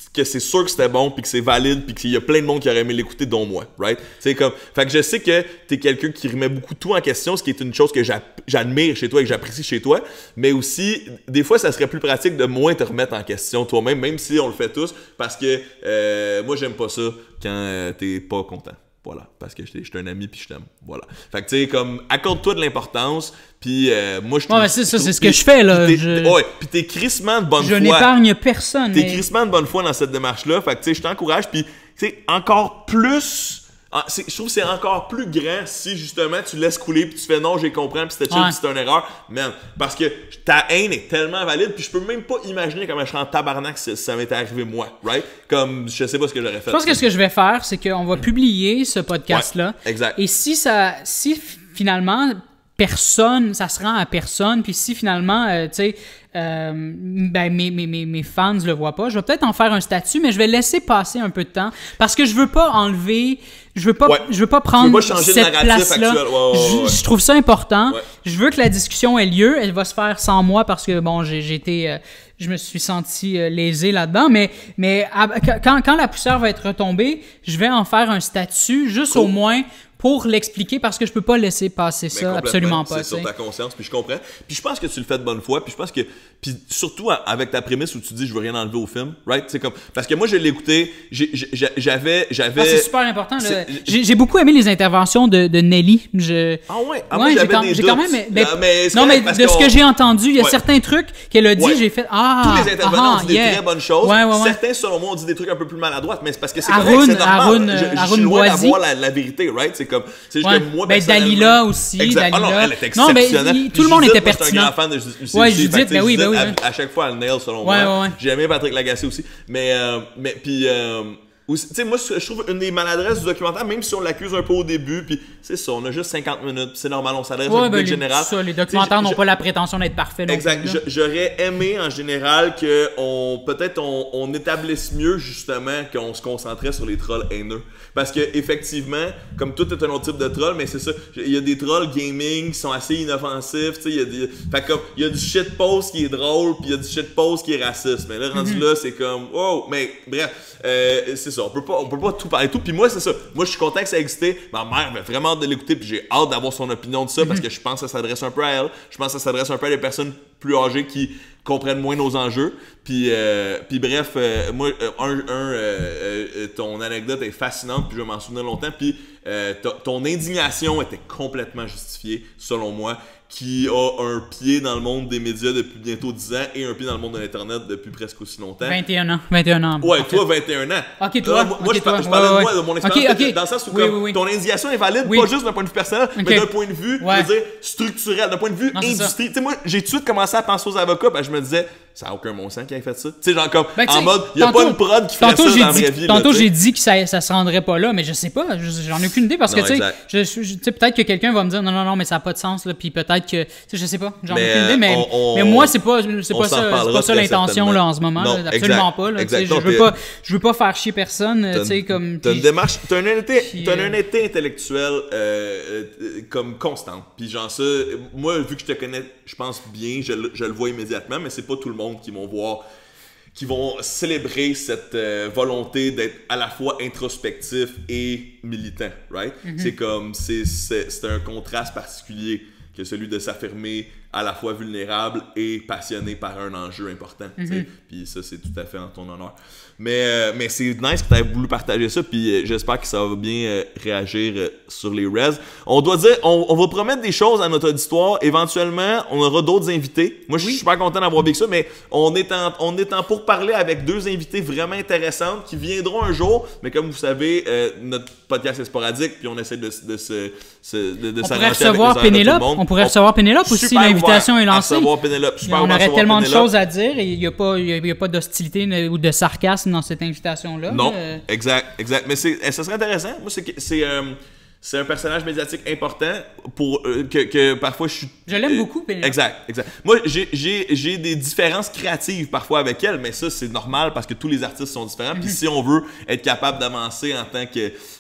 que c'est sûr que c'était bon, puis que c'est valide, puis qu'il y a plein de monde qui aurait aimé l'écouter, dont moi, right? C'est comme, fait que je sais que t'es quelqu'un qui remet beaucoup tout en question, ce qui est une chose que j'a- j'admire chez toi et que j'apprécie chez toi, mais aussi, des fois, ça serait plus pratique de moins te remettre en question toi-même, même si on le fait tous, parce que euh, moi, j'aime pas ça quand euh, t'es pas content. Voilà, parce que je suis un ami puis je t'aime. Voilà. Fait que tu sais, comme, accorde-toi de l'importance, puis euh, moi je trouve. Ouais, c'est ça, c'est ce que je fais là. Pis je... Ouais, puis t'es crissement de bonne je foi. Je n'épargne personne. T'es mais... crissement de bonne foi dans cette démarche-là. Fait que tu sais, je t'encourage, puis tu sais, encore plus. Ah, je trouve que c'est encore plus grand si justement tu laisses couler puis tu fais non, j'ai compris, puis c'était chill, ouais. puis c'était une erreur. Man, parce que ta haine est tellement valide, puis je peux même pas imaginer comment je serais en tabarnak si ça m'était arrivé moi, right? Comme je sais pas ce que j'aurais fait. Je pense que ce que je vais faire, c'est qu'on va publier ce podcast-là. Ouais, exact. Et si ça, si finalement personne, ça se rend à personne, puis si finalement, euh, tu sais, euh, ben, mes, mes, mes, mes fans le voient pas, je vais peut-être en faire un statut, mais je vais laisser passer un peu de temps parce que je veux pas enlever, je veux pas, ouais. je veux pas prendre veux pas changer cette le narratif place-là. actuel. Ouais, ouais, ouais. Je, je trouve ça important. Ouais. Je veux que la discussion ait lieu. Elle va se faire sans moi parce que bon, j'ai, j'ai été, euh, je me suis senti euh, lésé là-dedans. Mais, mais à, quand, quand la poussière va être retombée, je vais en faire un statut, juste cool. Au moins. Pour l'expliquer, parce que je peux pas laisser passer mais ça, absolument pas. C'est sur ta conscience, puis je comprends. Puis je pense que tu le fais de bonne foi, puis je pense que... Puis surtout avec ta prémisse où tu dis « je veux rien enlever au film », right? C'est comme... Parce que moi, je l'ai écouté, j'ai, j'ai, j'avais... j'avais... Ah, c'est super important. Là. J'ai, j'ai beaucoup aimé les interventions de, de Nelly. Je... Ah ouais? Ah, ouais moi, j'ai j'avais quand, des j'ai doutes. quand même... Mais, ah, mais non, mais de ce que j'ai entendu, il y a ouais. certains trucs qu'elle a dit, ouais. j'ai fait « Ah! » Tous les intervenants ah, ont dit yeah. des très bonnes choses. Ouais, ouais, ouais. Certains, selon moi, ont dit des trucs un peu plus maladroits, mais c'est parce que c'est Arun, correct, c'est normal. Arun, je, je Arun suis loin Boisy. d'avoir la, la vérité, right? C'est comme... C'est juste ouais. que moi, ben, Dalila aussi. Exact. Dalila. Ah non, elle était non, exceptionnelle. mais tout le monde Judith, était pertinent. Je suis un grand fan de Judith. Ouais, Judith, ben oui, ben oui. À, à chaque fois, elle nail, selon ouais, moi. Ouais, ouais. J'ai aimé Patrick Lagacé aussi. Mais, euh, mais puis... Euh, tu sais, moi, je trouve une des maladresses du documentaire, même si on l'accuse un peu au début, puis c'est ça, on a juste cinquante minutes, c'est normal, on s'adresse ouais, au ben public les, général. Ça, les documentaires n'ont pas la prétention d'être parfaits. Exact. Non plus, J'aurais aimé, en général, que on, peut-être on, on établisse mieux, justement, qu'on se concentrait sur les trolls haineux. Parce que effectivement, comme tout est un autre type de troll, mais c'est ça, il y a des trolls gaming qui sont assez inoffensifs, tu sais, il y a des... Fait comme, il y a du shitpost qui est drôle, puis il y a du shitpost qui est raciste. Mais là, rendu mm-hmm. là, c'est comme, wow, mais bref, euh, c'est ça, on peut pas, on peut pas tout parler tout. Puis moi, c'est ça, moi, je suis content que ça ait existé. Ma mère avait vraiment hâte de l'écouter, puis j'ai hâte d'avoir son opinion de ça, mm-hmm. parce que je pense que ça s'adresse un peu à elle. Je pense que ça s'adresse un peu à des personnes plus âgées qui comprennent moins nos enjeux. Puis, euh, puis bref, euh, moi, un, un euh, euh, ton anecdote est fascinante, puis je vais m'en souvenir longtemps. Puis euh, ton indignation était complètement justifiée, selon moi, qui a un pied dans le monde des médias depuis bientôt dix ans et un pied dans le monde de l'Internet depuis presque aussi longtemps. vingt et un ans. vingt et un ans. Ouais, toi, vingt et un ans. Ok, toi. Euh, moi, okay, je, toi. je parlais ouais, de moi, ouais. de mon expérience, okay, okay. dans le sens où oui, comme, oui, oui. ton indignation est valide, oui. pas juste d'un point de vue personnel, okay. mais d'un point de vue, ouais. je veux dire, structurel, d'un point de vue non, industrie. Tu sais, moi, j'ai tout de suite commencé à penser aux avocats, ben, je me disais, ça n'a aucun bon sens qui ait fait ça. Tu sais, genre comme, ben, en mode, il n'y a pas une prod qui ferait ça dans la vraie vie. Tantôt, j'ai dit que ça, ça se rendrait pas là, mais je sais pas, j'en ai aucune idée parce que, tu sais, peut-être que quelqu'un va me dire, non, non, non, mais ça n'a pas de sens, là, puis peut-être que, tu sais, je sais pas, j'en ai aucune idée, mais, on, on, mais moi, c'est pas, c'est pas ça, c'est pas ça l'intention, là, en ce moment, non, là, absolument exact, pas, là, exact, je veux pas, je veux pas faire chier personne, tu sais, comme. T'as une démarche, t'as une honnêteté, t'as une honnêteté intellectuelle, euh, comme constante, puis genre ça, moi, vu que je te connais, je pense bien, je, je le vois immédiatement, mais c'est pas tout le monde qui vont voir, qui vont célébrer cette euh, volonté d'être à la fois introspectif et militant, right? Mm-hmm. C'est comme, c'est, c'est, c'est un contraste particulier que celui de s'affirmer à la fois vulnérable et passionné par un enjeu important. Mm-hmm. Puis ça, c'est tout à fait en ton honneur. Mais, euh, mais c'est nice que tu aies voulu partager ça, puis euh, j'espère que ça va bien euh, réagir euh, sur les res. On doit dire, on, on va promettre des choses à notre auditoire. Éventuellement, on aura d'autres invités. Moi, je suis oui. super content d'avoir vécu ça, mais on est en, on est en pour parler avec deux invités vraiment intéressantes qui viendront un jour. Mais comme vous savez, euh, notre podcast est sporadique, puis on essaie de, de, de, de, de on pourrait recevoir Pénélope. On pourrait recevoir Pénélope aussi. L'invitation est lancée. Super on aurait tellement Pénélope. de choses à dire et il n'y a pas, il y a pas d'hostilité ou de sarcasme dans cette invitation-là. Non, euh... exact, exact. Mais c'est, ça serait intéressant. Moi, c'est, c'est, euh, c'est un personnage médiatique important pour euh, que, que parfois je suis. Je l'aime euh, beaucoup, Pénélope. Exact, exact. Moi, j'ai, j'ai, j'ai des différences créatives parfois avec elle, mais ça, c'est normal parce que tous les artistes sont différents. Mm-hmm. Puis si on veut être capable d'avancer en tant que,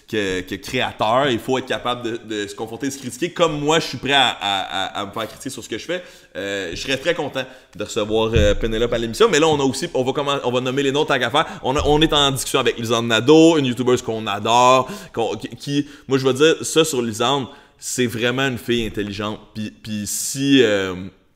que, que créateur, il faut être capable de, de se confronter, de se critiquer. Comme moi, je suis prêt à, à, à me faire critiquer sur ce que je fais. Euh, je serais très content de recevoir euh, Pénélope à l'émission. Mais là, on a aussi, on va, comment, on va nommer les noms tant qu'à faire. On, a, on est en discussion avec Lisanne Nadeau, une youtubeuse qu'on adore, qu'on, qui, qui, moi, je veux dire, ça sur Lisanne, c'est vraiment une fille intelligente. Puis, puis si... Euh,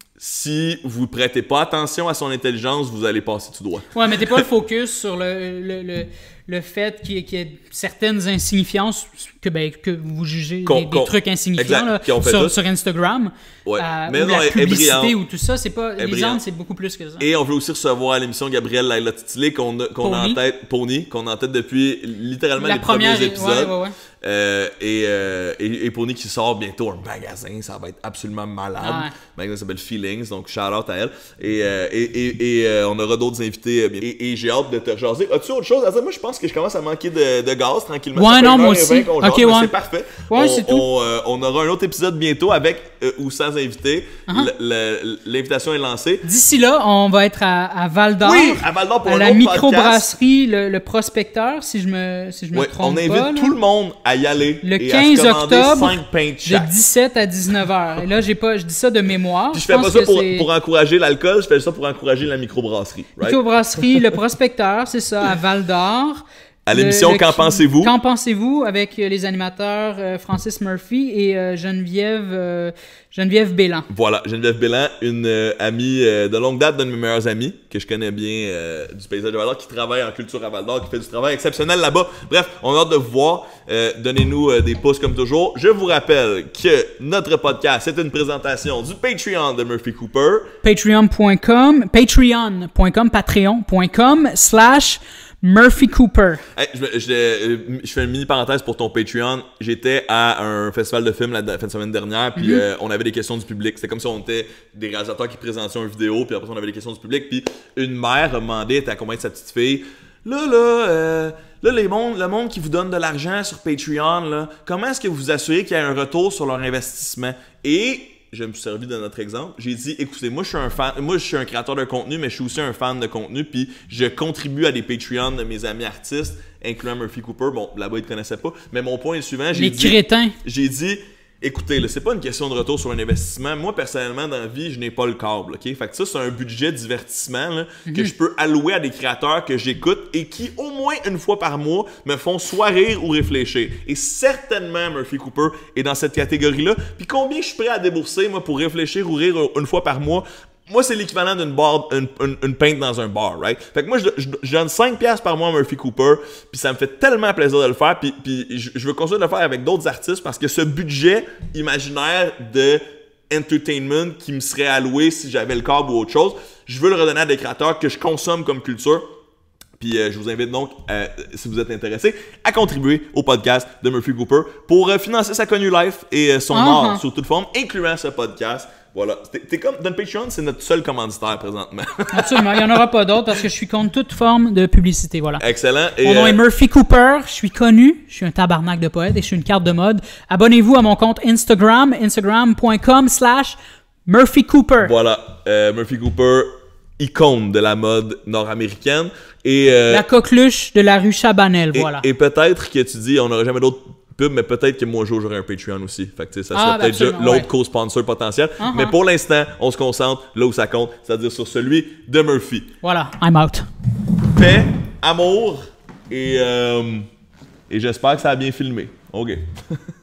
Si vous prêtez pas attention à son intelligence, vous allez passer tout droit. Ouais, mettez pas le focus sur le, le, le, le fait qu'il y, ait, qu'il y ait certaines insignifiances que, ben, que vous jugez qu'on, des, des trucs insignifiants là, sur, sur Instagram. Ouais. Euh, mais ou non, la publicité brillante. ou tout ça. C'est pas, Lisanne, c'est beaucoup plus que ça. Et on veut aussi recevoir à l'émission Gabrielle Laila Titilé qu'on, a, qu'on a en tête, Pony, qu'on a en tête depuis littéralement la les premiers épisodes. Ouais, ouais, ouais. Euh, et, euh, et, et Pony qui sort bientôt un magasin, ça va être absolument malade. Ah ouais. Le magasin s'appelle Feelings, donc shout out à elle. Et, euh, et, et, et euh, on aura d'autres invités. Et, et j'ai hâte de te jaser. As-tu autre chose à dire? Moi, je pense que je commence à manquer de, de gaz tranquillement. Ouais, non, moi aussi. Ok, jase, ouais. C'est parfait. Ouais, on, c'est tout. On, euh, on aura un autre épisode bientôt avec euh, ou sans invité. Uh-huh. Le, le, l'invitation est lancée. D'ici là, on va être à, à Val-d'Or. Oui, à Val-d'Or pour à un la autre microbrasserie, le, le Prospecteur, si je me, si je me ouais, trompe pas. On invite pas, tout le monde à y aller. Le et quinze octobre, de dix-sept à dix-neuf heures. Et là, j'ai pas, je dis ça de mémoire. Puis je, je fais pas ça pour, pour encourager l'alcool, je fais ça pour encourager la microbrasserie. Right? Microbrasserie, le Prospecteur, c'est ça, à Val-d'Or. À l'émission le, le, Qu'en pensez-vous? Qu'en pensez-vous avec les animateurs euh, Francis Murphy et euh, Geneviève, euh, Geneviève Bélan. Voilà, Geneviève Bélan, une euh, amie euh, de longue date, d'une de mes meilleures amies, que je connais bien euh, du paysage de Val-d'Or, qui travaille en culture à Val-d'Or, qui fait du travail exceptionnel là-bas. Bref, on a hâte de vous voir. Euh, donnez-nous euh, des pouces comme toujours. Je vous rappelle que notre podcast, c'est une présentation du Patreon de Murphy Cooper. Patreon point com, patreon point com, patreon point com slash Murphy Cooper. Hey, je, je, je fais une mini parenthèse pour ton Patreon. J'étais à un festival de films la fin de semaine dernière, puis mm-hmm. euh, on avait des questions du public. C'était comme si on était des réalisateurs qui présentaient une vidéo, puis après on avait des questions du public. Puis une mère a demandé, elle était accompagnée de sa petite fille. Là, là, euh, là les mondes, le monde qui vous donne de l'argent sur Patreon, là, comment est-ce que vous vous assurez qu'il y a un retour sur leur investissement? Et je me suis servi de notre exemple. J'ai dit, écoutez, moi je suis un fan, moi je suis un créateur de contenu, mais je suis aussi un fan de contenu, puis je contribue à des Patreons de mes amis artistes, incluant Murphy Cooper. Bon, là-bas, ils ne te connaissaient pas, mais mon point est le suivant. J'ai Les dit, crétins. J'ai dit, écoutez, là, c'est pas une question de retour sur un investissement. Moi, personnellement, dans la vie, je n'ai pas le câble, ok? Fait que ça, c'est un budget de divertissement là, mm-hmm. que je peux allouer à des créateurs que j'écoute et qui, au moins une fois par mois, me font soit rire ou réfléchir. Et certainement, Murphy Cooper est dans cette catégorie-là. Puis combien je suis prêt à débourser, moi, pour réfléchir ou rire une fois par mois? Moi, c'est l'équivalent d'une bar, une, une, une pinte dans un bar, right? Fait que moi, je, je, je donne cinq piastres par mois à Murphy Cooper, puis ça me fait tellement plaisir de le faire, puis, puis je, je veux continuer de le faire avec d'autres artistes parce que ce budget imaginaire de entertainment qui me serait alloué si j'avais le câble ou autre chose, je veux le redonner à des créateurs que je consomme comme culture. Puis euh, je vous invite donc, euh, si vous êtes intéressé, à contribuer au podcast de Murphy Cooper pour euh, financer sa Connu Life et euh, son uh-huh. art sur toute forme, incluant ce podcast. Voilà. T'es, t'es comme, dans le Patreon, c'est notre seul commanditaire présentement. Absolument. Il n'y en aura pas d'autres parce que je suis contre toute forme de publicité. Voilà. Excellent. Et Mon nom euh... est Murphy Cooper. Je suis connu. Je suis un tabarnak de poète et je suis une carte de mode. Abonnez-vous à mon compte Instagram, instagram point com slash Murphy Cooper. Voilà. Euh, Murphy Cooper, icône de la mode nord-américaine. Et, euh... la coqueluche de la rue Chabanel. Et, voilà. Et peut-être que tu dis, on n'aura jamais d'autres pub, mais peut-être que moi un jour j'aurai un Patreon aussi. Fait que ça serait ah, peut-être juste l'autre ouais. co-sponsor potentiel. Uh-huh. Mais pour l'instant, on se concentre là où ça compte, c'est-à-dire sur celui de Murphy. Voilà, I'm out. Paix, amour et, euh, et j'espère que ça a bien filmé. OK.